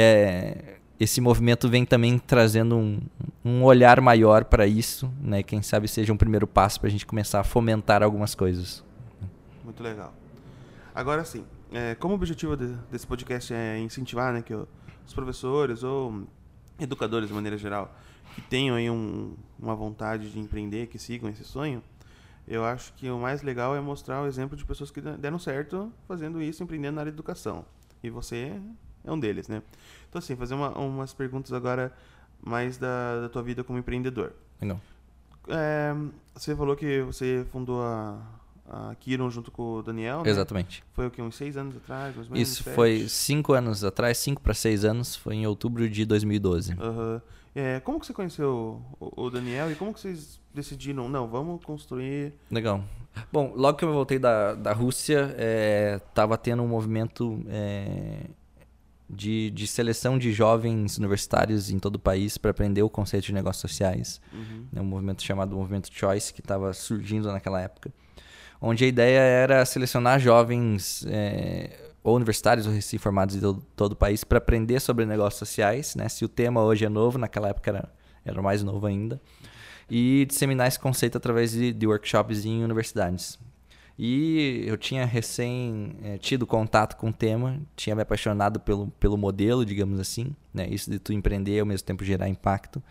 é, esse movimento vem também trazendo um, um olhar maior para isso, né? Quem sabe seja um primeiro passo para a gente começar a fomentar algumas coisas. Muito legal. Agora sim, é, como o objetivo de, desse podcast é incentivar, né, que os professores ou educadores de maneira geral que tenham aí um, uma vontade de empreender, que sigam esse sonho, eu acho que o mais legal é mostrar o exemplo de pessoas que deram certo fazendo isso, empreendendo na área de educação. E você é um deles, né? Então, assim, fazer uma, umas perguntas agora mais da, da tua vida como empreendedor. Não. É, você falou que você fundou a, a Kiron junto com o Daniel, né? Exatamente. Foi o quê? Uns seis anos atrás? Mais ou menos, isso sete? Foi cinco anos atrás, cinco para seis anos, foi em outubro de dois mil e doze. Aham. Uhum. É, como que você conheceu o, o Daniel e como que vocês decidiram, não, vamos construir... Legal. Bom, logo que eu voltei da, da Rússia, estava é, tendo um movimento é, de, de seleção de jovens universitários em todo o país para aprender o conceito de negócios sociais. Uhum. É um movimento chamado Movimento Choice, que estava surgindo naquela época, onde a ideia era selecionar jovens... É, ou universitários ou recém-formados de todo, todo o país para aprender sobre negócios sociais, né? Se o tema hoje é novo, naquela época era, era mais novo ainda, e disseminar esse conceito através de, de workshops em universidades. E eu tinha recém é, tido contato com o tema, tinha me apaixonado pelo, pelo modelo, digamos assim, né? Isso de tu empreender e ao mesmo tempo gerar impacto.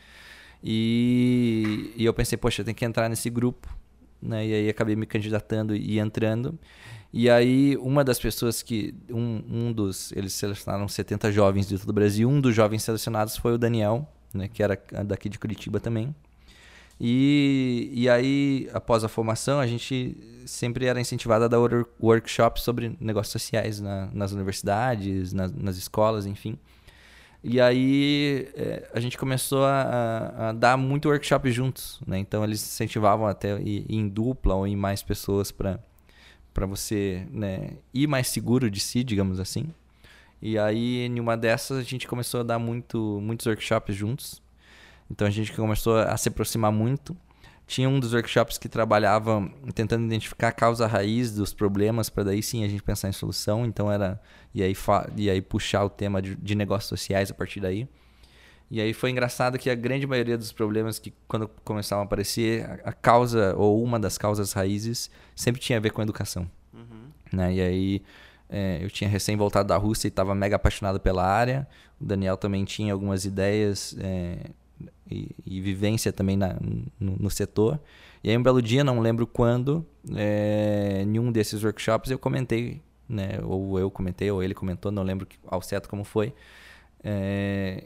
E, e eu pensei, poxa, eu tenho que entrar nesse grupo, né? E aí acabei me candidatando e entrando. E aí, uma das pessoas que... Um, um dos... Eles selecionaram setenta jovens de todo o Brasil. Um dos jovens selecionados foi o Daniel, né, que era daqui de Curitiba também. E, e aí, após a formação, a gente sempre era incentivado a dar workshops sobre negócios sociais na, nas universidades, na, nas escolas, enfim. E aí, é, a gente começou a, a, a dar muito workshop juntos, né? Então, eles incentivavam até ir, ir em dupla ou em mais pessoas para... para você, né, ir mais seguro de si, digamos assim. E aí, em uma dessas, a gente começou a dar muito, muitos workshops juntos. Então, a gente começou a se aproximar muito. Tinha um dos workshops que trabalhava tentando identificar a causa raiz dos problemas, para daí sim a gente pensar em solução. Então, era... E aí, fa... e aí puxar o tema de, de negócios sociais a partir daí. E aí foi engraçado que a grande maioria dos problemas que quando começavam a aparecer, a, a causa ou uma das causas raízes sempre tinha a ver com a educação. Uhum. Né? E aí é, eu tinha recém voltado da Rússia e estava mega apaixonado pela área. O Daniel também tinha algumas ideias é, e, e vivência também na, no, no setor. E aí um belo dia, não lembro quando, é, em um desses workshops eu comentei, né, ou eu comentei ou ele comentou, não lembro ao certo como foi, é,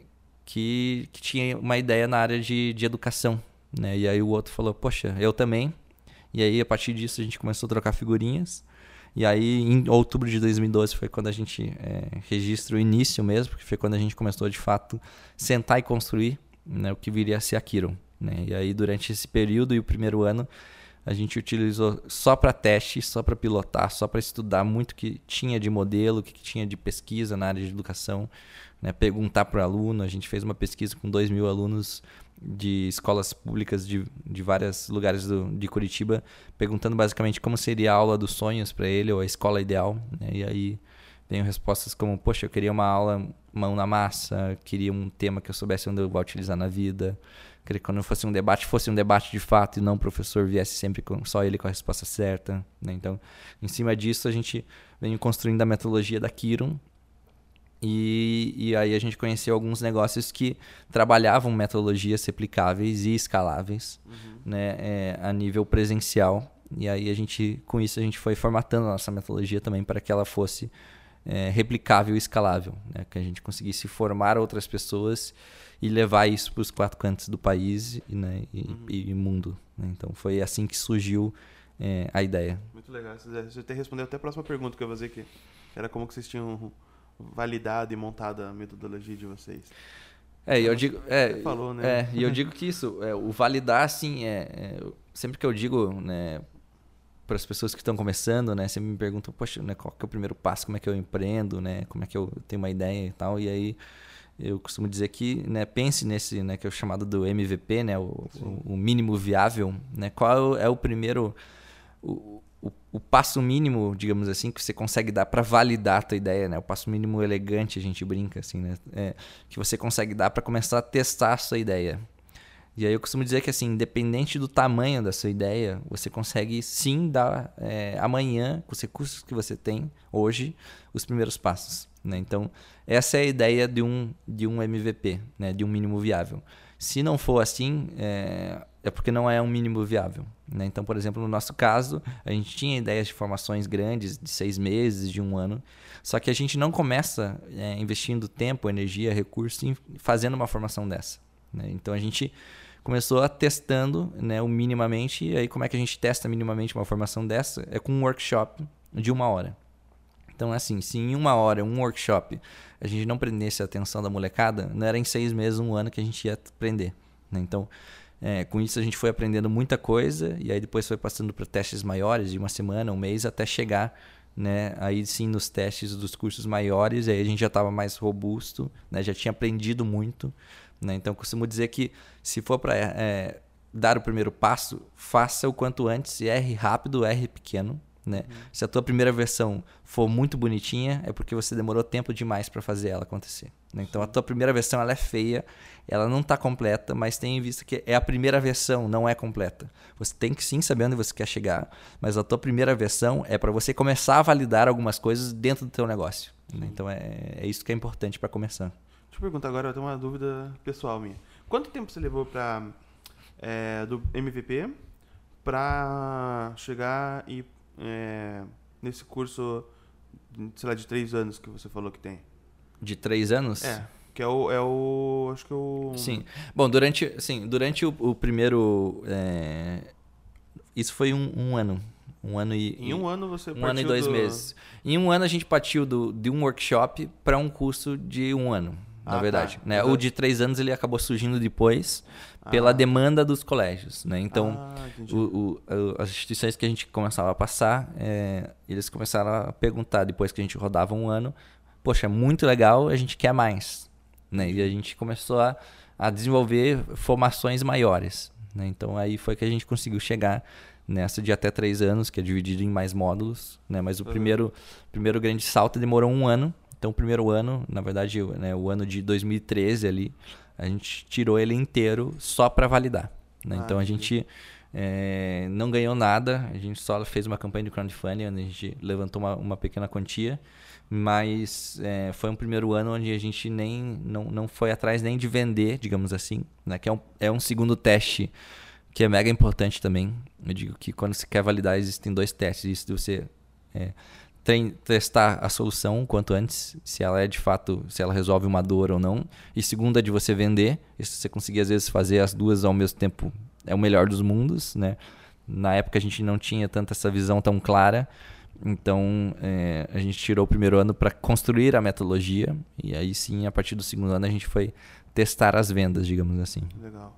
que, que tinha uma ideia na área de, de educação, né? E aí o outro falou, poxa, eu também. E aí, a partir disso, a gente começou a trocar figurinhas. E aí, em outubro de dois mil e doze, foi quando a gente é, registra o início mesmo, porque foi quando a gente começou, de fato, sentar e construir, né, o que viria a ser a Kiron, né? E aí, durante esse período e o primeiro ano, a gente utilizou só para teste, só para pilotar, só para estudar muito o que tinha de modelo, o que tinha de pesquisa na área de educação, né? Perguntar para o aluno. A gente fez uma pesquisa com dois mil alunos de escolas públicas de, de vários lugares do, de Curitiba, perguntando basicamente como seria a aula dos sonhos para ele, ou a escola ideal, né? E aí veio respostas como, poxa, eu queria uma aula mão na massa, queria um tema que eu soubesse onde eu vou utilizar na vida, queria que quando fosse um debate, fosse um debate de fato e não o professor viesse sempre com só ele com a resposta certa, né? Então, em cima disso, a gente veio construindo a metodologia da Kiron. E, e aí a gente conheceu alguns negócios que trabalhavam metodologias replicáveis e escaláveis, uhum. né, é, a nível presencial. E aí a gente, com isso a gente foi formatando a nossa metodologia também para que ela fosse é, replicável e escalável, né, que a gente conseguisse formar outras pessoas e levar isso para os quatro cantos do país, né, e, uhum. e, e mundo, né? Então foi assim que surgiu é, a ideia. Muito legal. Você até respondeu até a próxima pergunta que eu vou fazer aqui. Era como que vocês tinham validado e montado a metodologia de vocês. É, e eu digo, é, Você falou, né? É, e eu digo que isso, é, o validar, assim, é, é, sempre que eu digo, né, para as pessoas que estão começando, né, sempre me perguntam, poxa, né, qual que é o primeiro passo, como é que eu empreendo, né, como é que eu tenho uma ideia e tal, e aí eu costumo dizer que, né, pense nesse, né, que é o chamado do M V P, né, o, o, o mínimo viável, né, qual é o primeiro, o, O, o passo mínimo, digamos assim, que você consegue dar para validar a tua ideia, né? O passo mínimo elegante, a gente brinca assim, né? É, que você consegue dar para começar a testar a sua ideia. E aí eu costumo dizer que, assim, independente do tamanho da sua ideia, você consegue sim dar é, amanhã, com os recursos que você tem hoje, os primeiros passos, né? Então, essa é a ideia de um, de um M V P, né? De um mínimo viável. Se não for assim, é, é porque não é um mínimo viável, né? Então, por exemplo, no nosso caso, a gente tinha ideias de formações grandes, de seis meses, de um ano, só que a gente não começa é, investindo tempo, energia, recurso em fazendo uma formação dessa, né? Então, a gente começou a testando, né, o minimamente, e aí como é que a gente testa minimamente uma formação dessa? É com um workshop de uma hora. Então, assim, se em uma hora, um workshop, a gente não prendesse a atenção da molecada, não era em seis meses, um ano que a gente ia aprender, né? Então, é, com isso a gente foi aprendendo muita coisa, e aí depois foi passando para testes maiores, de uma semana, um mês, até chegar, né, aí sim nos testes dos cursos maiores, e aí a gente já estava mais robusto, né, já tinha aprendido muito, né? Então, costumo dizer que se for para é, dar o primeiro passo, faça o quanto antes, erre rápido, erre pequeno, né? Uhum. Se a tua primeira versão for muito bonitinha, é porque você demorou tempo demais para fazer ela acontecer, né? Então a tua primeira versão ela é feia, ela não está completa, mas tenha em vista que é a primeira versão, não é completa. Você tem que sim saber onde você quer chegar, mas a tua primeira versão é para você começar a validar algumas coisas dentro do teu negócio, né? Então é, é isso que é importante para começar. Deixa eu perguntar agora, eu tenho uma dúvida pessoal minha. Quanto tempo você levou para é, do M V P para chegar e É, nesse curso, sei lá, de três anos que você falou que tem? De três anos? É, que é o, é o acho que é o... Sim. Bom, durante, assim, durante o, o primeiro... É, isso foi um, um ano. Um ano e... Em um ano você Um partiu ano e dois do... meses. Em um ano a gente partiu do, de um workshop para um curso de um ano, na ah, verdade. Tá. Né? Uhum. O de três anos ele acabou surgindo depois pela ah. demanda dos colégios, né? Então, ah, o, o, as instituições que a gente começava a passar, é, eles começaram a perguntar, depois que a gente rodava um ano, poxa, é muito legal, a gente quer mais, né? E a gente começou a, a desenvolver formações maiores, né? Então, aí foi que a gente conseguiu chegar nessa de até três anos, que é dividido em mais módulos, né? Mas o uhum. primeiro, primeiro grande salto demorou um ano. Então, o primeiro ano, na verdade, né, o ano de dois mil e treze ali, a gente tirou ele inteiro só para validar, né? Ah, então, a gente é, não ganhou nada, a gente só fez uma campanha de crowdfunding, onde a gente levantou uma, uma pequena quantia, mas é, foi um primeiro ano onde a gente nem, não, não foi atrás nem de vender, digamos assim, né? Que é um, é um segundo teste que é mega importante também. Eu digo que quando você quer validar, existem dois testes, isso de você... É, trein, testar a solução quanto antes, se ela é de fato, se ela resolve uma dor ou não. E segunda, de você vender. E se você conseguir, às vezes, fazer as duas ao mesmo tempo, é o melhor dos mundos, né? Na época a gente não tinha tanta essa visão tão clara. Então, é, a gente tirou o primeiro ano para construir a metodologia. E aí sim, a partir do segundo ano, a gente foi testar as vendas, digamos assim. Legal.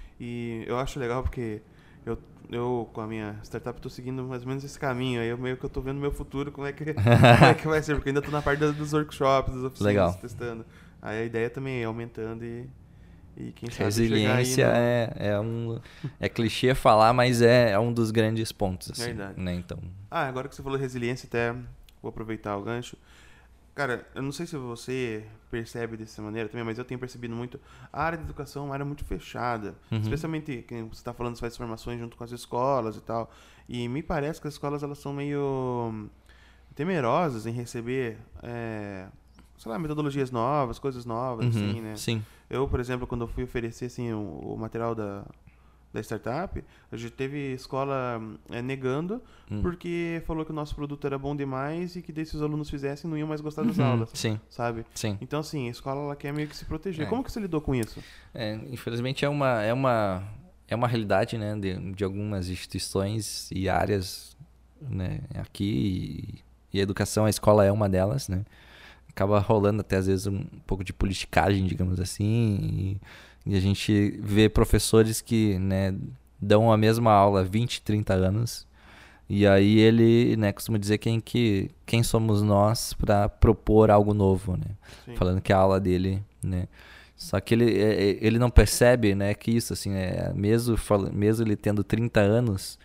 E eu acho legal porque eu, eu com a minha startup, estou seguindo mais ou menos esse caminho. Aí eu meio que eu tô vendo meu futuro, como é que, como é que vai ser. Porque ainda estou na parte dos workshops, das oficinas, legal. Testando. Aí a ideia também é aumentando e... E quem sabe resiliência no... é, é um é clichê falar, mas é, é um dos grandes pontos, assim, verdade. Né? Então... Ah, agora que você falou resiliência, até vou aproveitar o gancho. Cara, eu não sei se você percebe dessa maneira também, mas eu tenho percebido muito a área de educação é uma área muito fechada, uhum. especialmente quem você está falando, você faz formações junto com as escolas e tal. E me parece que as escolas elas são meio temerosas em receber, é, sei lá, metodologias novas, coisas novas, uhum, assim, né? Sim. Eu, por exemplo, quando eu fui oferecer assim, o, o material da, da startup, a gente teve escola é, negando, hum. porque falou que o nosso produto era bom demais e que daí se os alunos fizessem não iam mais gostar das uhum, aulas. Sim. Sabe? Sim. Então, assim, a escola ela quer meio que se proteger. É. Como que você lidou com isso? É, infelizmente é uma, é uma, é uma realidade, né, de, de algumas instituições e áreas, né, aqui, e, e a educação, a escola é uma delas, né? Acaba rolando até às vezes um pouco de politicagem, digamos assim, e, e a gente vê professores que, né, dão a mesma aula há vinte, trinta anos, e aí ele, né, costuma dizer quem, que, quem somos nós para propor algo novo, né? Sim. Falando que a aula dele, né? Só que ele, ele não percebe, né, que isso, assim, é, mesmo, mesmo ele tendo trinta anos,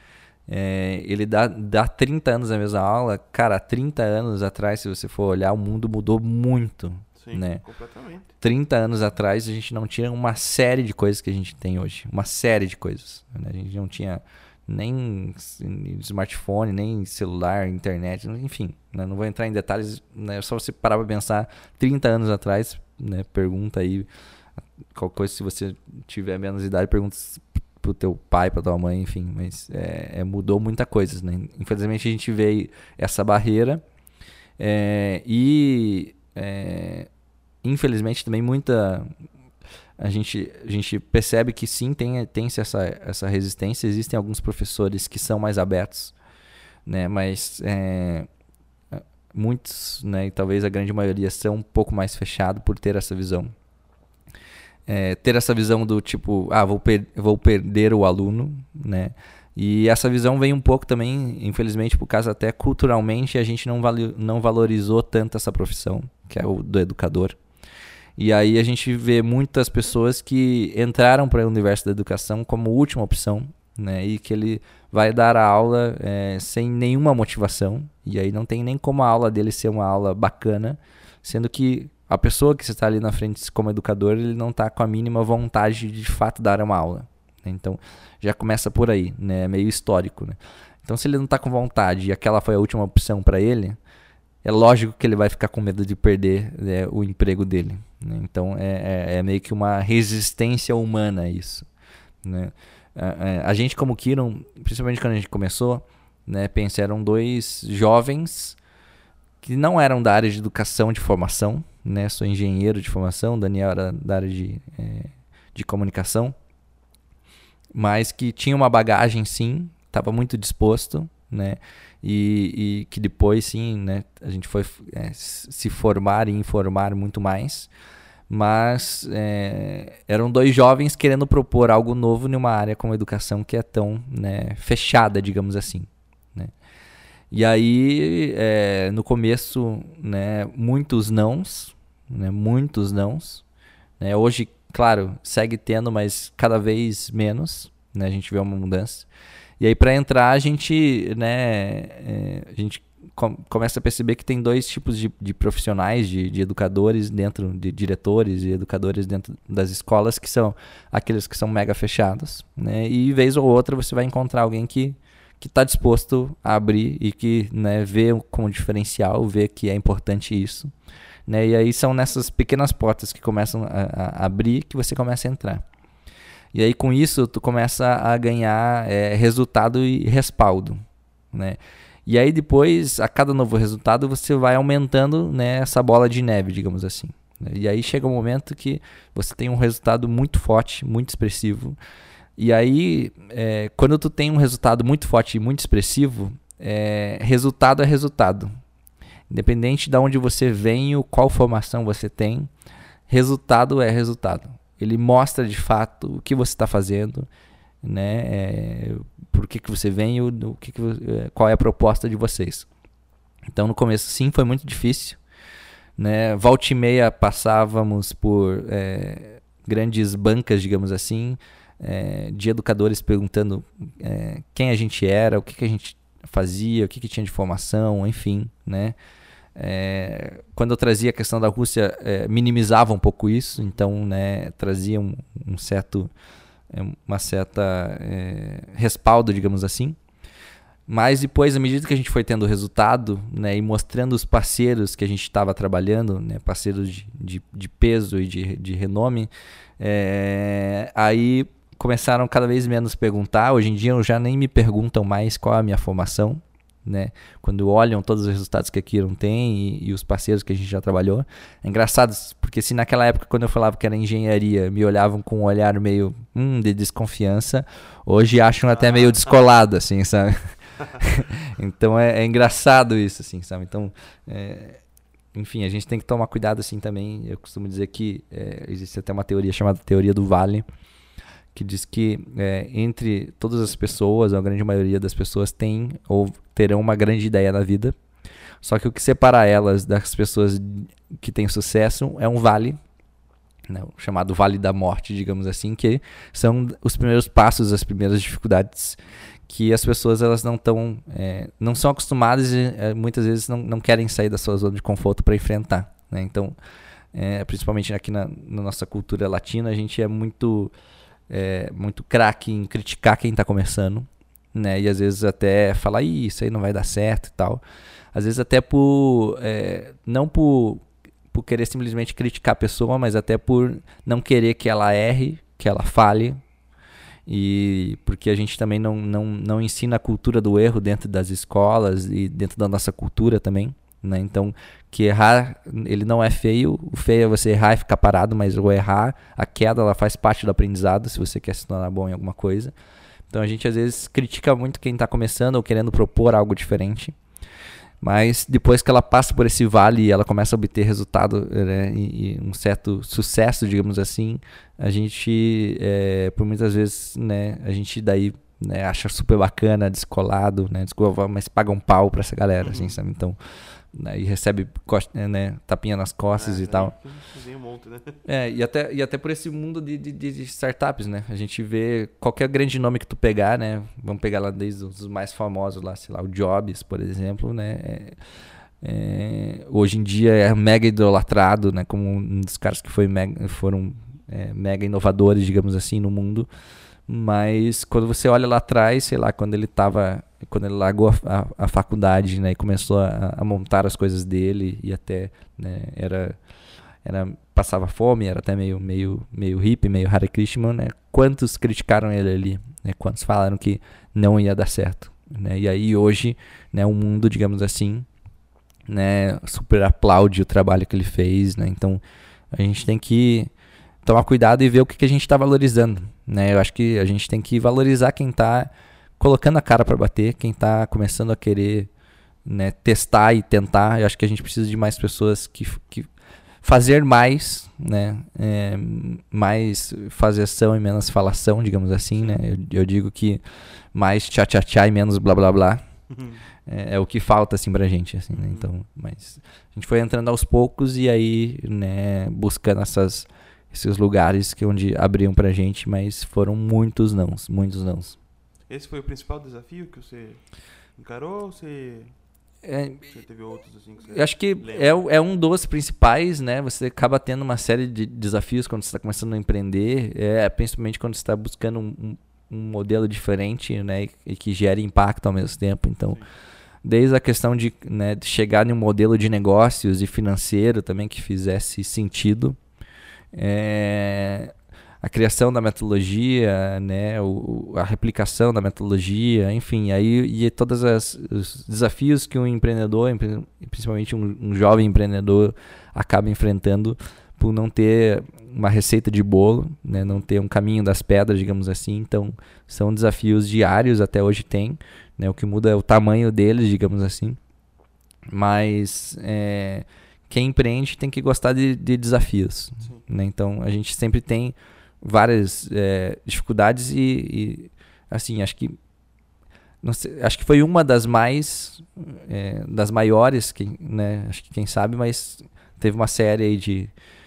É, ele dá, dá trinta anos a mesma aula. Cara, trinta anos atrás, se você for olhar, o mundo mudou muito. Sim, né? completamente. trinta anos atrás a gente não tinha uma série de coisas que a gente tem hoje. Uma série de coisas, né? A gente não tinha nem smartphone, nem celular, internet, enfim, né? Não vou entrar em detalhes, né? Só você parar pra pensar trinta anos atrás, né? Pergunta aí qualquer coisa, se você tiver menos idade, pergunta pro teu pai, pra tua mãe, enfim, mas é, é, mudou muita coisa, né? Infelizmente a gente vê essa barreira é, e é, infelizmente também muita a gente, a gente percebe que sim, tem, tem essa, essa resistência, existem alguns professores que são mais abertos, né? Mas é, muitos, né, e talvez a grande maioria, são um pouco mais fechados por ter essa visão. É, ter essa visão do tipo, ah, vou, per- vou perder o aluno, né? E essa visão vem um pouco também, infelizmente, por causa até culturalmente a gente não, vali- não valorizou tanto essa profissão, que é o do educador. E aí a gente vê muitas pessoas que entraram para o universo da educação como última opção, né? E que ele vai dar a aula é, sem nenhuma motivação, e aí não tem nem como a aula dele ser uma aula bacana, sendo que a pessoa que você está ali na frente como educador, ele não está com a mínima vontade de, de fato, dar uma aula. Né? Então, já começa por aí, né? É meio histórico. Né? Então, se ele não está com vontade e aquela foi a última opção para ele, é lógico que ele vai ficar com medo de perder, né, o emprego dele. Né? Então, é, é, é meio que uma resistência humana isso. Né? A, a gente, como Kiron, principalmente quando a gente começou, né, pensa, eram dois jovens que não eram da área de educação, de formação, né? Sou engenheiro de formação, Daniel era da área de, é, de comunicação, mas que tinha uma bagagem, sim, estava muito disposto, né? E, e que depois, sim, né, a gente foi é, se formar e informar muito mais, mas é, eram dois jovens querendo propor algo novo numa área como a educação que é tão, né, fechada, digamos assim. Né? E aí, é, no começo, né, muitos nãos, né, muitos nãos. Né? Hoje, claro, segue tendo, mas cada vez menos. Né? A gente vê uma mudança. E aí, para entrar, a gente, né, é, a gente com, começa a perceber que tem dois tipos de, de profissionais, de, de educadores dentro, de diretores e educadores dentro das escolas, que são aqueles que são mega fechados. Né? E, vez ou outra, você vai encontrar alguém que que está disposto a abrir e que, né, vê como diferencial, vê que é importante isso. Né? E aí são nessas pequenas portas que começam a, a abrir que você começa a entrar. E aí com isso tu começa a ganhar é, resultado e respaldo. Né? E aí depois, a cada novo resultado, você vai aumentando, né, essa bola de neve, digamos assim. E aí chega um momento que você tem um resultado muito forte, muito expressivo. E aí, é, quando tu tem um resultado muito forte e muito expressivo, é, resultado é resultado. Independente de onde você vem ou qual formação você tem, resultado é resultado. Ele mostra de fato o que você está fazendo, né? É, por que, que você vem, o, o que que, qual é a proposta de vocês. Então no começo sim, foi muito difícil, né? Volta e meia passávamos por é, grandes bancas, digamos assim, é, de educadores perguntando é, quem a gente era, o que, que a gente fazia, o que, que tinha de formação, enfim, né? É, quando eu trazia a questão da Rússia, é, minimizava um pouco isso, então, né, trazia um, um certo, uma certa é, respaldo, digamos assim. Mas depois, à medida que a gente foi tendo resultado, né, e mostrando os parceiros que a gente estava trabalhando, né, parceiros de, de, de peso e de, de renome, é, aí começaram cada vez menos perguntar. Hoje em dia já nem me perguntam mais qual é a minha formação, né? Quando olham todos os resultados que a Kiron tem e, e os parceiros que a gente já trabalhou. É engraçado, porque se naquela época, quando eu falava que era engenharia, me olhavam com um olhar meio hum, de desconfiança, hoje acham até meio descolado, assim, sabe? Então é, é engraçado isso, assim, sabe? Então, é, enfim, a gente tem que tomar cuidado assim também. Eu costumo dizer que é, existe até uma teoria chamada teoria do vale, que diz que é, entre todas as pessoas, a grande maioria das pessoas tem ou terão uma grande ideia na vida, só que o que separa elas das pessoas que têm sucesso é um vale, né, chamado vale da morte, digamos assim, que são os primeiros passos, as primeiras dificuldades que as pessoas elas não tão, é, não são acostumadas e é, muitas vezes não, não querem sair da sua zona de conforto para enfrentar, né? Então, é, principalmente aqui na, na nossa cultura latina, a gente é muito É, muito craque em criticar quem está começando, né? E às vezes até falar, Ih, isso aí não vai dar certo e tal. Às vezes até por, é, não por, por querer simplesmente criticar a pessoa, mas até por não querer que ela erre, que ela fale. E porque a gente também não, não, não ensina a cultura do erro dentro das escolas e dentro da nossa cultura também, né? Então, que errar, ele não é feio. O feio é você errar e ficar parado, mas o errar, a queda, ela faz parte do aprendizado, se você quer se tornar bom em alguma coisa. Então a gente às vezes critica muito quem está começando ou querendo propor algo diferente, mas depois que ela passa por esse vale e ela começa a obter resultado, né, e, e um certo sucesso, digamos assim, a gente, é, por muitas vezes, né, a gente daí, né, acha super bacana, descolado, né, desculpa, mas paga um pau pra essa galera, uhum. assim, sabe? Então, né, e recebe, né, tapinha nas costas é, e tal. Um monte, né? É, e até, e até por esse mundo de, de, de startups, né? A gente vê qualquer grande nome que tu pegar, né? Vamos pegar lá desde os mais famosos lá, sei lá, o Jobs, por exemplo, né? É, é, hoje em dia é mega idolatrado, né? Como um dos caras que foi mega, foram é, mega inovadores, digamos assim, no mundo. Mas quando você olha lá atrás, sei lá, quando ele tava, quando ele largou a, a, a faculdade, né, e começou a, a montar as coisas dele e até, né, era, era passava fome, era até meio, meio, meio hippie, meio Hare Krishna, né? Quantos criticaram ele ali, né? Quantos falaram que não ia dar certo, né? E aí hoje, né, o mundo, digamos assim, né, super aplaude o trabalho que ele fez, né? Então a gente tem que tomar cuidado e ver o que, que a gente está valorizando, né? Eu acho que a gente tem que valorizar quem está colocando a cara para bater, quem está começando a querer, né, testar e tentar. Eu acho que a gente precisa de mais pessoas que, que fazer mais, né? É, mais fazeção e menos falação, digamos assim, né? Eu, eu digo que mais tchá tchá tchá e menos blá blá blá. Uhum. É, é o que falta assim pra gente, assim, né? Então, mas a gente foi entrando aos poucos e aí, né, buscando essas esses lugares que onde abriam pra gente, mas foram muitos nãos, muitos nãos. Esse foi o principal desafio que você encarou ou você, é, você teve outros assim que você eu acho que é, é um dos principais, né? Você acaba tendo uma série de desafios quando você está começando a empreender, é, principalmente quando você está buscando um, um modelo diferente, né? E, e que gere impacto ao mesmo tempo. Então, sim, desde a questão de, né, de chegar em um modelo de negócios e financeiro também que fizesse sentido, É, a criação da metodologia, né, o, a replicação da metodologia, enfim, aí e todos as, os desafios que um empreendedor, principalmente um, um jovem empreendedor, acaba enfrentando por não ter uma receita de bolo, né, não ter um caminho das pedras, digamos assim. Então, são desafios diários, até hoje tem, né, o que muda é o tamanho deles, digamos assim. Mas é, quem empreende tem que gostar de, de desafios, né? Então, a gente sempre tem várias é, dificuldades e, e, assim, acho que não sei, acho que foi uma das mais é, das maiores, que, né, acho que quem sabe, mas teve uma série aí de,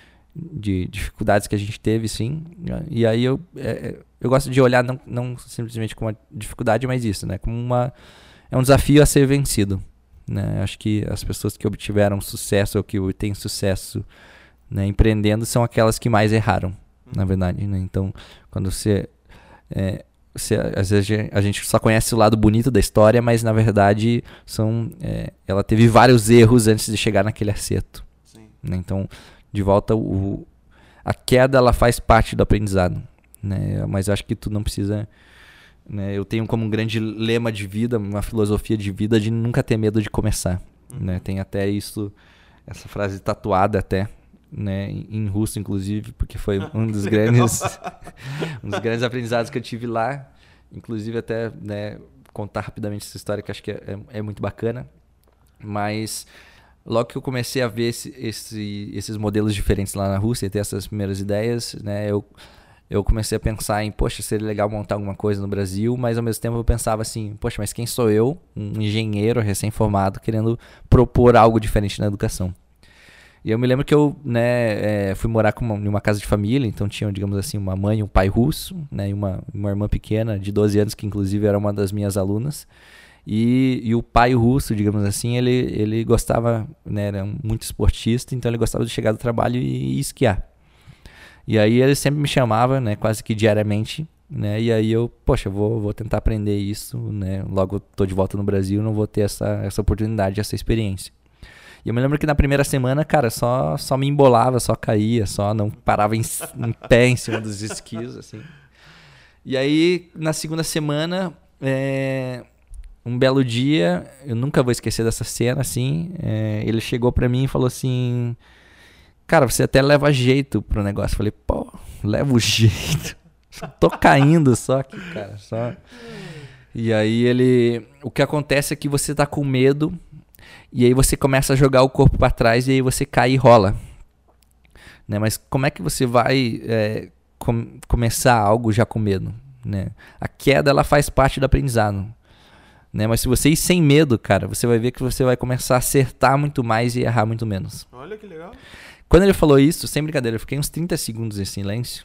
de dificuldades que a gente teve, sim. E aí eu, é, eu gosto de olhar não, não simplesmente como uma dificuldade, mas isso, né, como uma, é um desafio a ser vencido, né? Acho que as pessoas que obtiveram sucesso ou que têm sucesso, né, empreendendo são aquelas que mais erraram, na verdade, né? Então, quando você, é, você às vezes a gente só conhece o lado bonito da história, mas na verdade são, é, ela teve vários erros antes de chegar naquele acerto, né? Então, de volta, o, a queda ela faz parte do aprendizado, né? Mas eu acho que tu não precisa, né? Eu tenho como um grande lema de vida, uma filosofia de vida de nunca ter medo de começar, uhum. né? Tem até isso, essa frase tatuada até, né, em russo inclusive, porque foi um dos grandes um dos grandes aprendizados que eu tive lá, inclusive até, né, contar rapidamente essa história que acho que é, é, é muito bacana. Mas logo que eu comecei a ver esse, esse, esses modelos diferentes lá na Rússia e ter essas primeiras ideias, né, eu, eu comecei a pensar em, poxa, seria legal montar alguma coisa no Brasil, mas ao mesmo tempo eu pensava assim, poxa, mas quem sou eu, um engenheiro recém-formado, querendo propor algo diferente na educação? E eu me lembro que eu, né, é, fui morar com uma, em uma casa de família, então tinha, digamos assim, uma mãe e um pai russo, né, e uma, uma irmã pequena de doze anos, que inclusive era uma das minhas alunas. E, e o pai russo, digamos assim, ele, ele gostava, né, era muito esportista, então ele gostava de chegar do trabalho e, e esquiar. E aí ele sempre me chamava, né, quase que diariamente, né, e aí eu, poxa, vou, vou tentar aprender isso, né, logo estou de volta no Brasil, não vou ter essa, essa oportunidade, essa experiência. E eu me lembro que na primeira semana, cara, só, só me embolava, só caía, só não parava em, em pé em cima dos esquis, assim. E aí, na segunda semana, é, um belo dia, eu nunca vou esquecer dessa cena, assim, é, ele chegou pra mim e falou assim, cara, você até leva jeito pro negócio. Eu falei, pô, levo jeito. Tô caindo só aqui, cara, só. E aí ele, o que acontece é que você tá com medo. E aí você começa a jogar o corpo para trás e aí você cai e rola, né? Mas como é que você vai é, com, começar algo já com medo, né? A queda, ela faz parte do aprendizado, né? Mas se você ir sem medo, cara, você vai ver que você vai começar a acertar muito mais e errar muito menos. Olha que legal. Quando ele falou isso, sem brincadeira, eu fiquei uns trinta segundos em silêncio.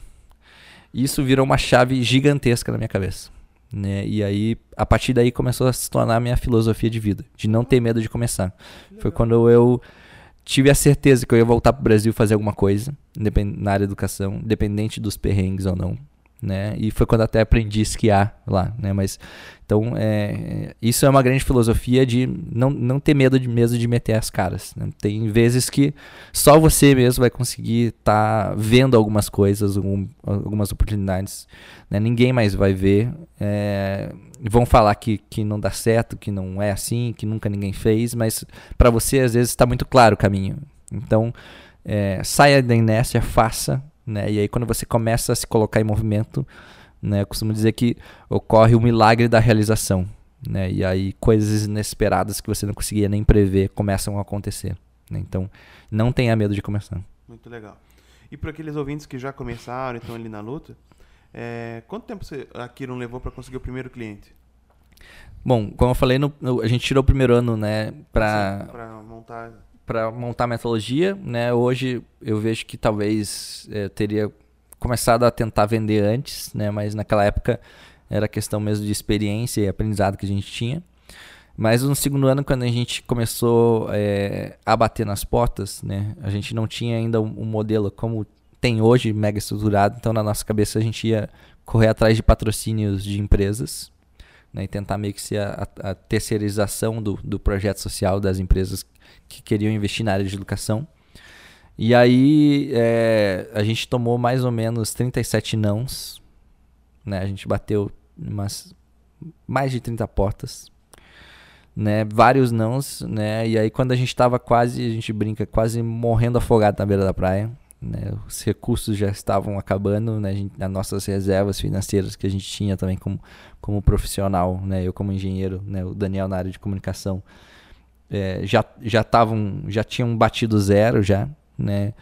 E isso virou uma chave gigantesca na minha cabeça, né? E aí, a partir daí começou a se tornar a minha filosofia de vida, de não ter medo de começar. Foi quando eu tive a certeza que eu ia voltar pro Brasil fazer alguma coisa na área da educação, independente dos perrengues ou não, né? E foi quando até aprendi a esquiar lá, né? Mas então é, isso é uma grande filosofia de não, não ter medo de mesmo de meter as caras, né? Tem vezes que só você mesmo vai conseguir estar tá vendo algumas coisas, algum, algumas oportunidades, né? Ninguém mais vai ver. É, vão falar que, que não dá certo, que não é assim, que nunca ninguém fez, mas para você às vezes está muito claro o caminho. Então é, saia da inércia, faça, né? E aí quando você começa a se colocar em movimento, né, eu costumo dizer que ocorre o milagre da realização, né? E aí coisas inesperadas que você não conseguia nem prever começam a acontecer, né? Então não tenha medo de começar. Muito legal. E para aqueles ouvintes que já começaram e estão ali na luta, é, quanto tempo você, a Kiron levou para conseguir o primeiro cliente? Bom, como eu falei, no, no, a gente tirou o primeiro ano, né, para montar para montar a metodologia, né? Hoje eu vejo que talvez é, teria começado a tentar vender antes, né? Mas naquela época era questão mesmo de experiência e aprendizado que a gente tinha. Mas no segundo ano, quando a gente começou é, a bater nas portas, né? A gente não tinha ainda um, um modelo como tem hoje, mega estruturado. Então na nossa cabeça a gente ia correr atrás de patrocínios de empresas, né? E tentar meio que ser a, a terceirização do, do projeto social das empresas que queriam investir na área de educação. E aí é, a gente tomou mais ou menos trinta e sete nãos, né? A gente bateu umas, mais de trinta portas, né? Vários nãos, né? E aí quando a gente tava quase, a gente brinca, quase morrendo afogado na beira da praia, né? Os recursos já estavam acabando, né? A gente, as nossas reservas financeiras que a gente tinha também como, como profissional, né? Eu como engenheiro, né? O Daniel na área de comunicação, é, já já estavam, já tinham batido zero já, né?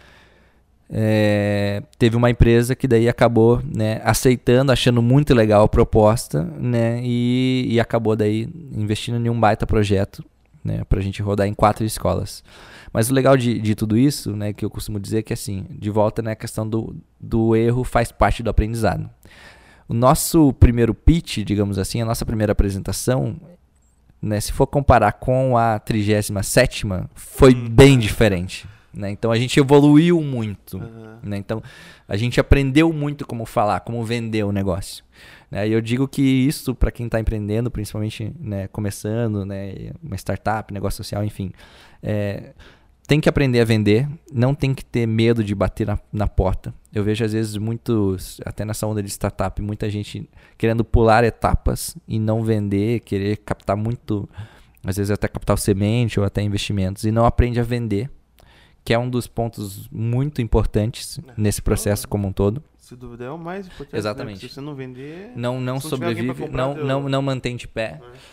É, teve uma empresa que daí acabou, né, aceitando, achando muito legal a proposta, né? E, e acabou daí investindo em um baita projeto, né? Pra gente rodar em quatro escolas. Mas o legal de, de tudo isso, né, que eu costumo dizer que assim, de volta, né, a questão do, do erro faz parte do aprendizado. O nosso primeiro pitch, digamos assim, a nossa primeira apresentação, né, se for comparar com a trigésima sétima, foi bem diferente, né? Então a gente evoluiu muito, uhum. né? Então a gente aprendeu muito como falar, como vender o negócio. Né? E eu digo que isso, para quem está empreendendo, principalmente, né, começando, né, uma startup, negócio social, enfim, é, tem que aprender a vender, não tem que ter medo de bater na, na porta. Eu vejo às vezes muitos, até nessa onda de startup, muita gente querendo pular etapas e não vender, querer captar muito, às vezes até capital semente ou até investimentos, e não aprende a vender, que é um dos pontos muito importantes é. nesse processo como um todo. Se duvidar é o mais importante. Exatamente. Né? Se você não vender, não, não sobrevive, comprar, não, teu... não, não mantém de pé. É.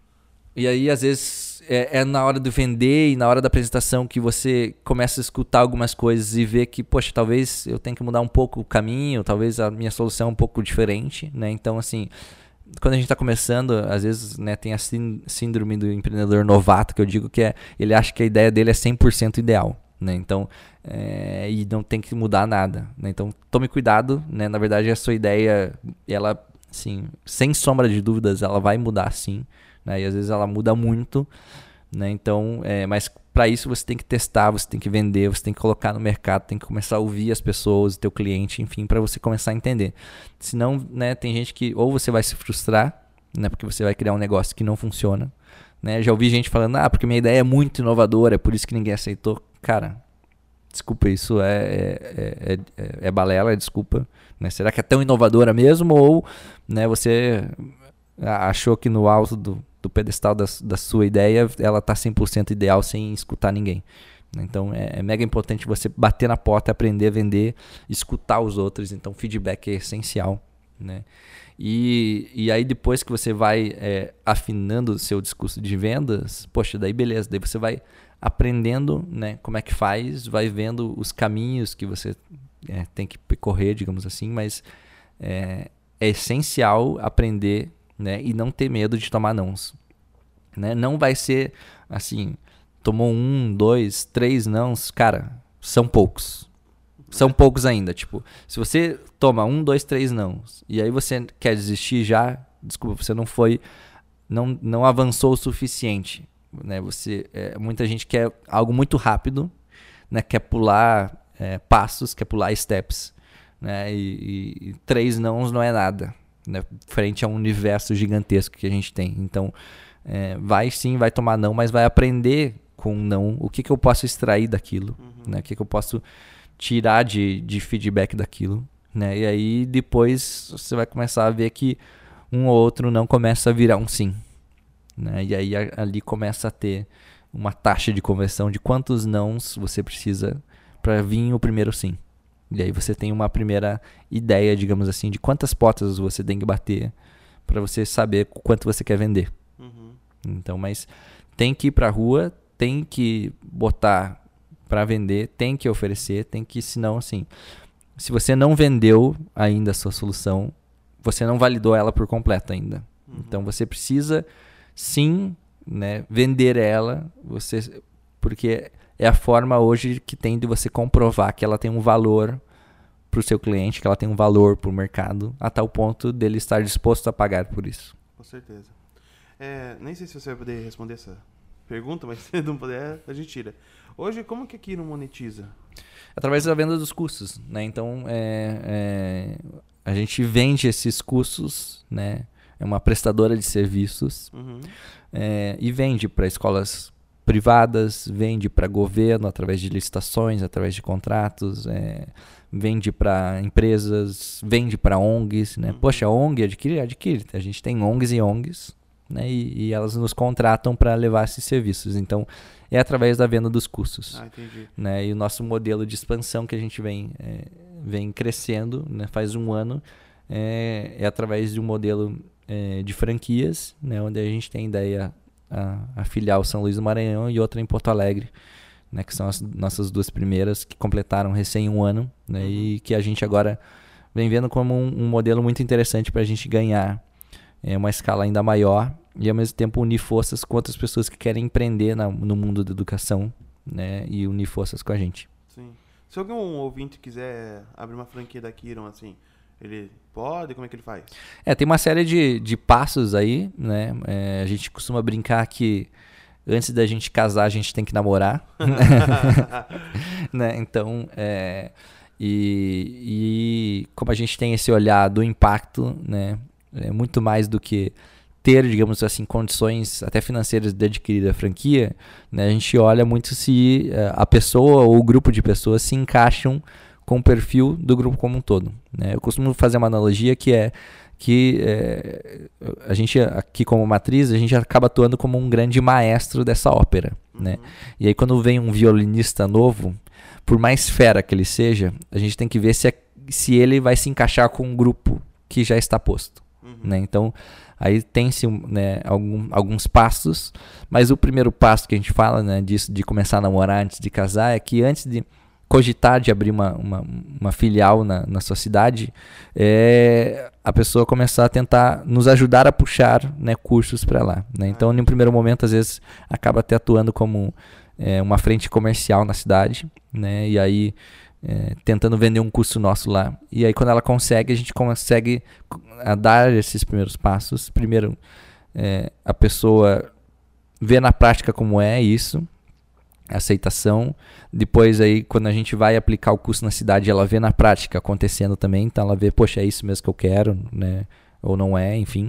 E aí, às vezes, é, é na hora de vender e na hora da apresentação que você começa a escutar algumas coisas e ver que, poxa, talvez eu tenha que mudar um pouco o caminho, talvez a minha solução é um pouco diferente, né? Então, assim, quando a gente está começando, às vezes, né, tem a síndrome do empreendedor novato, que eu digo que é, ele acha que a ideia dele é cem por cento ideal, né? Então, é, e não tem que mudar nada, né? Então, tome cuidado, né? Na verdade, a sua ideia, ela, assim, sem sombra de dúvidas, ela vai mudar, sim. Né? E às vezes ela muda muito, né? Então, é, mas para isso você tem que testar, você tem que vender, você tem que colocar no mercado, tem que começar a ouvir as pessoas, o teu cliente, enfim, para você começar a entender. Senão, né, tem gente que ou você vai se frustrar, né, porque você vai criar um negócio que não funciona, né? Já ouvi gente falando, ah, porque minha ideia é muito inovadora, é por isso que ninguém aceitou. Cara, desculpa, isso é, é, é, é, é balela, é desculpa, né? Será que é tão inovadora mesmo? Ou, né, você achou que no alto do, do pedestal da, da sua ideia ela está cem por cento ideal sem escutar ninguém. Então é, é mega importante você bater na porta, aprender a vender, escutar os outros. Então feedback é essencial, né? E, e aí depois que você vai é, afinando o seu discurso de vendas, poxa, daí beleza, daí você vai aprendendo, né, como é que faz, vai vendo os caminhos que você é, tem que percorrer, digamos assim, mas é, é essencial aprender, né, e não ter medo de tomar nãos, né? Não vai ser assim, tomou um, dois, três nãos, cara, são poucos, são poucos ainda. Tipo, se você toma um, dois, três nãos e aí você quer desistir já, desculpa, você não foi, não, não avançou o suficiente, né? Você, é, muita gente quer algo muito rápido, né? Quer pular é, passos, quer pular steps, né? E, e, e três nãos não é nada, né, frente a um universo gigantesco que a gente tem. Então, é, vai sim, vai tomar não, mas vai aprender com não o que, que eu posso extrair daquilo, uhum. né, o que, que eu posso tirar de, de feedback daquilo, né, e aí depois você vai começar a ver que um ou outro não começa a virar um sim, né, e aí a, ali começa a ter uma taxa de conversão de quantos nãos você precisa para vir o primeiro sim. E aí você tem uma primeira ideia, digamos assim, de quantas portas você tem que bater para você saber quanto você quer vender. Uhum. Então, mas tem que ir para a rua, tem que botar para vender, tem que oferecer, tem que, senão assim, se você não vendeu ainda a sua solução, você não validou ela por completo ainda. Uhum. Então você precisa sim, né, vender ela, você, porque é a forma hoje que tem de você comprovar que ela tem um valor para o seu cliente, que ela tem um valor para o mercado, a tal ponto dele estar disposto a pagar por isso. Com certeza. É, nem sei se você vai poder responder essa pergunta, mas se não puder, a gente tira. Hoje, como que aqui não monetiza? Através da venda dos cursos, né? Então, é, é, a gente vende esses cursos, né? É uma prestadora de serviços, uhum. é, e vende para escolas privadas, vende para governo através de licitações, através de contratos, é, vende para empresas, vende para O N Gs, né? Poxa, a O N G adquire, adquire. A gente tem O N Gs e O N Gs, né? E, e elas nos contratam para levar esses serviços. Então, é através da venda dos cursos. Ah, entendi. Né? E o nosso modelo de expansão que a gente vem, é, vem crescendo, né? Faz um ano, é, é através de um modelo é, de franquias, né? Onde a gente tem ideia a, a filial São Luís do Maranhão e outra em Porto Alegre, né? Que são as nossas duas primeiras que completaram recém um ano, né? Uhum. E que a gente agora vem vendo como um, um modelo muito interessante para a gente ganhar é, uma escala ainda maior e ao mesmo tempo unir forças com outras pessoas que querem empreender na, no mundo da educação, né? E unir forças com a gente. Sim. Se algum ouvinte quiser abrir uma franquia da Kiron, assim, ele pode? Como é que ele faz? É, tem uma série de, de passos aí, né? É, a gente costuma brincar que antes da gente casar, a gente tem que namorar. Né? Então, é, e, e como a gente tem esse olhar do impacto, né? É muito mais do que ter, digamos assim, condições até financeiras de adquirir a franquia, né? A gente olha muito se a pessoa ou o grupo de pessoas se encaixam com o perfil do grupo como um todo, né? Eu costumo fazer uma analogia que é que é, a gente aqui como matriz, a gente acaba atuando como um grande maestro dessa ópera, uhum. né? E aí quando vem um violinista novo, por mais fera que ele seja, a gente tem que ver se, é, se ele vai se encaixar com um grupo que já está posto, uhum. né? Então aí tem-se, né, algum, alguns passos, mas o primeiro passo que a gente fala, né, disso, de começar a namorar antes de casar, é que antes de cogitar de abrir uma, uma, uma filial na, na sua cidade, é a pessoa começar a tentar nos ajudar a puxar, né, cursos para lá, né? Então, no primeiro momento, às vezes, acaba até atuando como é, uma frente comercial na cidade, né? E aí é, tentando vender um curso nosso lá. E aí, quando ela consegue, a gente consegue a dar esses primeiros passos. Primeiro, é, a pessoa vê na prática como é isso, aceitação. Depois, aí, quando a gente vai aplicar o curso na cidade, ela vê na prática acontecendo também. Então, ela vê, poxa, é isso mesmo que eu quero, né? Ou não é, enfim.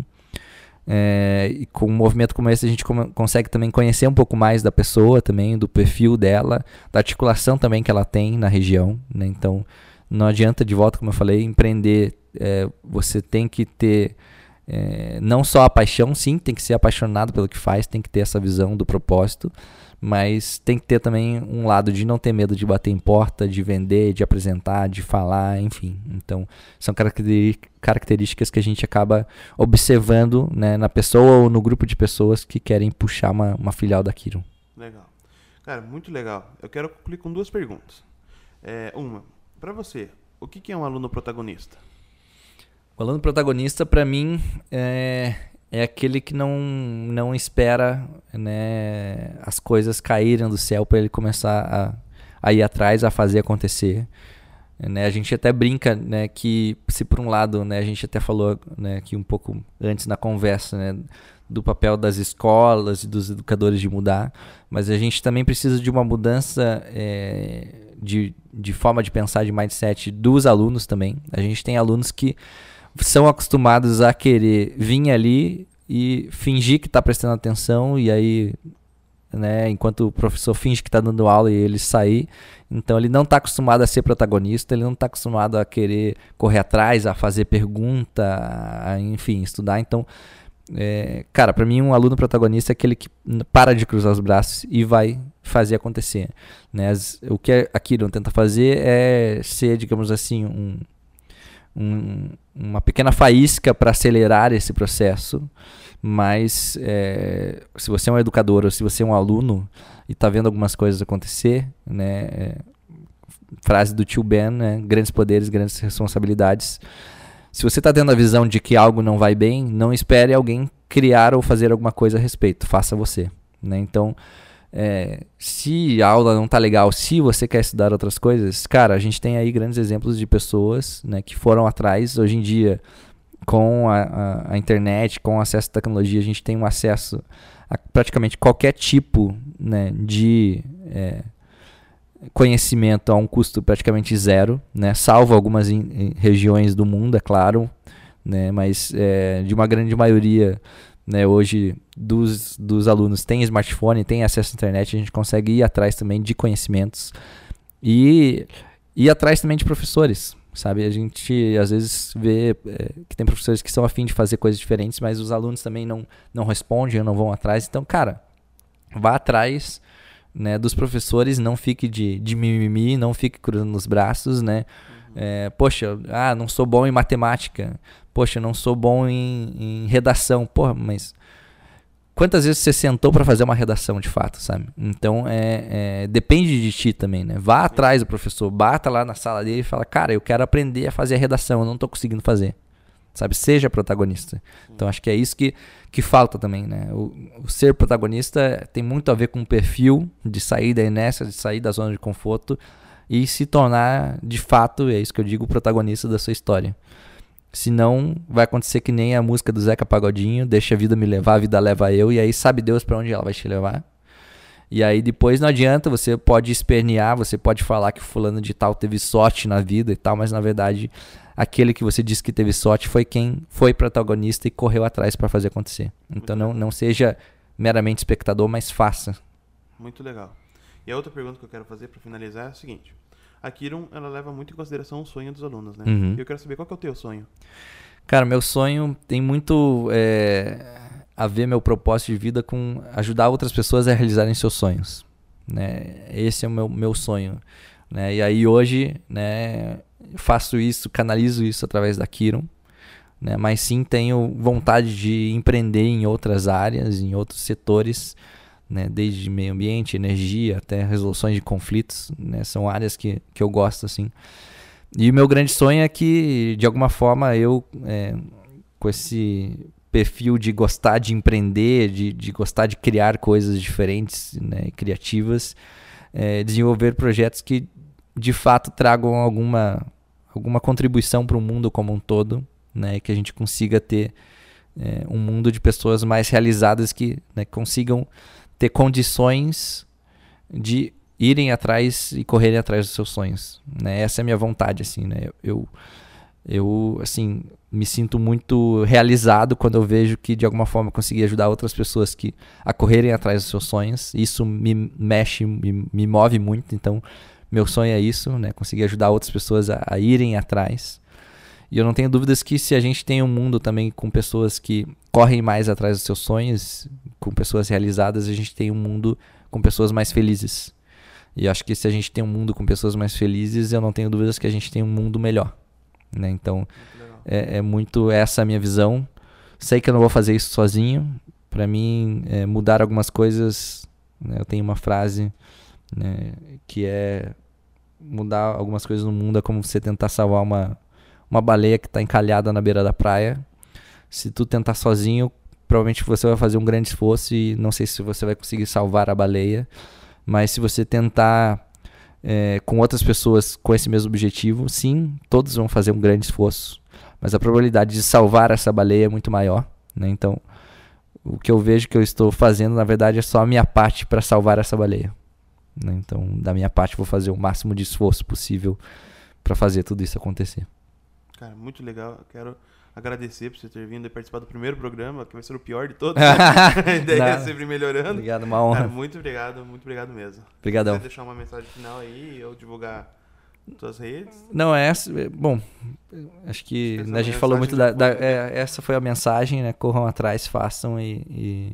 É, e com um movimento como esse, a gente com- consegue também conhecer um pouco mais da pessoa também, do perfil dela, da articulação também que ela tem na região, né? Então, não adianta, de volta, como eu falei, empreender. É, você tem que ter é, não só a paixão, sim, tem que ser apaixonado pelo que faz, tem que ter essa visão do propósito, mas tem que ter também um lado de não ter medo de bater em porta, de vender, de apresentar, de falar, enfim. Então, são características que a gente acaba observando, né, na pessoa ou no grupo de pessoas que querem puxar uma, uma filial da Kiron. Legal. Cara, muito legal. Eu quero concluir com duas perguntas. É, uma, para você, o que é um aluno protagonista? O aluno protagonista, para mim, é... é aquele que não, não espera, né, as coisas caírem do céu para ele começar a, a ir atrás, a fazer acontecer. Né? A gente até brinca, né, que se por um lado, né, a gente até falou, né, aqui um pouco antes na conversa, né, do papel das escolas e dos educadores de mudar, mas a gente também precisa de uma mudança é, de, de forma de pensar, de mindset dos alunos também. A gente tem alunos que são acostumados a querer vir ali e fingir que está prestando atenção, e aí, né, enquanto o professor finge que está dando aula e ele sair, então ele não está acostumado a ser protagonista, ele não está acostumado a querer correr atrás, a fazer pergunta, a, enfim, estudar. Então, é, cara, para mim um aluno protagonista é aquele que para de cruzar os braços e vai fazer acontecer, né? As, o que a Kiron tenta fazer é ser, digamos assim, um Um, uma pequena faísca para acelerar esse processo, mas é, se você é um educador ou se você é um aluno e está vendo algumas coisas acontecer, né, é, frase do tio Ben, né, grandes poderes, grandes responsabilidades. Se você está tendo a visão de que algo não vai bem, não espere alguém criar ou fazer alguma coisa a respeito, faça você, né? Então, É, se a aula não tá legal, se você quer estudar outras coisas, cara, a gente tem aí grandes exemplos de pessoas, né, que foram atrás. Hoje em dia, com a, a, a internet, com o acesso à tecnologia, a gente tem um acesso a praticamente qualquer tipo, né, de é, conhecimento a um custo praticamente zero, né, salvo algumas in, in regiões do mundo, é claro, né, mas é, de uma grande maioria, né, hoje dos, dos alunos tem smartphone, tem acesso à internet, a gente consegue ir atrás também de conhecimentos e ir atrás também de professores, sabe? A gente às vezes vê é, que tem professores que são a fim de fazer coisas diferentes, mas os alunos também não, não respondem, não vão atrás. Então, cara, vá atrás, né, dos professores, não fique de, de mimimi, não fique cruzando os braços, né? Uhum. É, poxa, ah, não sou bom em matemática. Poxa, não sou bom em, em redação. Porra, mas quantas vezes você sentou para fazer uma redação de fato, sabe? Então, é, é, depende de ti também, né? Vá atrás do professor, bata lá na sala dele e fala, cara, eu quero aprender a fazer a redação, eu não tô conseguindo fazer. Sabe? Seja protagonista. Então, acho que é isso que, que falta também, né? O, o ser protagonista tem muito a ver com o perfil de sair da inércia, de sair da zona de conforto e se tornar, de fato, é isso que eu digo, o protagonista da sua história. Senão, vai acontecer que nem a música do Zeca Pagodinho, deixa a vida me levar, a vida leva eu, e aí sabe Deus para onde ela vai te levar. E aí depois não adianta, você pode espernear, você pode falar que fulano de tal teve sorte na vida e tal, mas na verdade, aquele que você disse que teve sorte foi quem foi protagonista e correu atrás para fazer acontecer. Então não, não seja meramente espectador, mas faça. Muito legal. E a outra pergunta que eu quero fazer para finalizar é a seguinte. A Kiron, ela leva muito em consideração o sonho dos alunos, né? Uhum. E eu quero saber qual que é o teu sonho. Cara, meu sonho tem muito é, a ver meu propósito de vida com ajudar outras pessoas a realizarem seus sonhos, né? Esse é o meu, meu sonho, né? E aí hoje, né, faço isso, canalizo isso através da Kiron, né? Mas sim tenho vontade de empreender em outras áreas, em outros setores, né, desde meio ambiente, energia, até resoluções de conflitos, né, são áreas que, que eu gosto, assim. E o meu grande sonho é que, de alguma forma, eu, é, com esse perfil de gostar de empreender, de, de gostar de criar coisas diferentes, né, criativas, é, desenvolver projetos que, de fato, tragam alguma, alguma contribuição para o mundo como um todo, né, que a gente consiga ter é, um mundo de pessoas mais realizadas que, né, consigam ter condições de irem atrás e correrem atrás dos seus sonhos, né? Essa é a minha vontade, assim, né? Eu, eu, assim, me sinto muito realizado quando eu vejo que, de alguma forma, eu consegui ajudar outras pessoas que, a correrem atrás dos seus sonhos. Isso me mexe, me, me move muito. Então, meu sonho é isso, né? Conseguir ajudar outras pessoas a, a irem atrás. E eu não tenho dúvidas que se a gente tem um mundo também com pessoas que correm mais atrás dos seus sonhos, com pessoas realizadas, a gente tem um mundo com pessoas mais felizes. E acho que se a gente tem um mundo com pessoas mais felizes, eu não tenho dúvidas que a gente tem um mundo melhor, né? Então, é, é muito essa a minha visão. Sei que eu não vou fazer isso sozinho. Para mim, é, mudar algumas coisas, né? Eu tenho uma frase, né, que é mudar algumas coisas no mundo é como você tentar salvar uma uma baleia que está encalhada na beira da praia. Se tu tentar sozinho, provavelmente você vai fazer um grande esforço e não sei se você vai conseguir salvar a baleia. Mas se você tentar é, com outras pessoas com esse mesmo objetivo, sim, todos vão fazer um grande esforço. Mas a probabilidade de salvar essa baleia é muito maior, né? Então, o que eu vejo que eu estou fazendo, na verdade, é só a minha parte para salvar essa baleia, né? Então, da minha parte, vou fazer o máximo de esforço possível para fazer tudo isso acontecer. Cara, muito legal. Eu quero agradecer por você ter vindo e participar do primeiro programa, que vai ser o pior de todos. Né? A ideia é sempre melhorando. Obrigado, uma honra. Cara, muito obrigado, muito obrigado mesmo. Obrigadão. Se você deixar uma mensagem final aí, ou divulgar suas redes? Não, é essa. Bom, acho que a gente falou muito da. da é, essa foi a mensagem, né? Corram atrás, façam e. e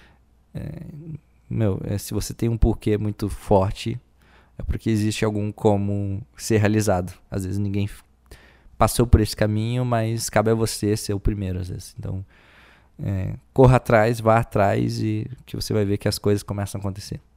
é, meu, é, se você tem um porquê muito forte, é porque existe algum como ser realizado. Às vezes ninguém passou por esse caminho, mas cabe a você ser o primeiro, às vezes. Então, é, corra atrás, vá atrás e que você vai ver que as coisas começam a acontecer.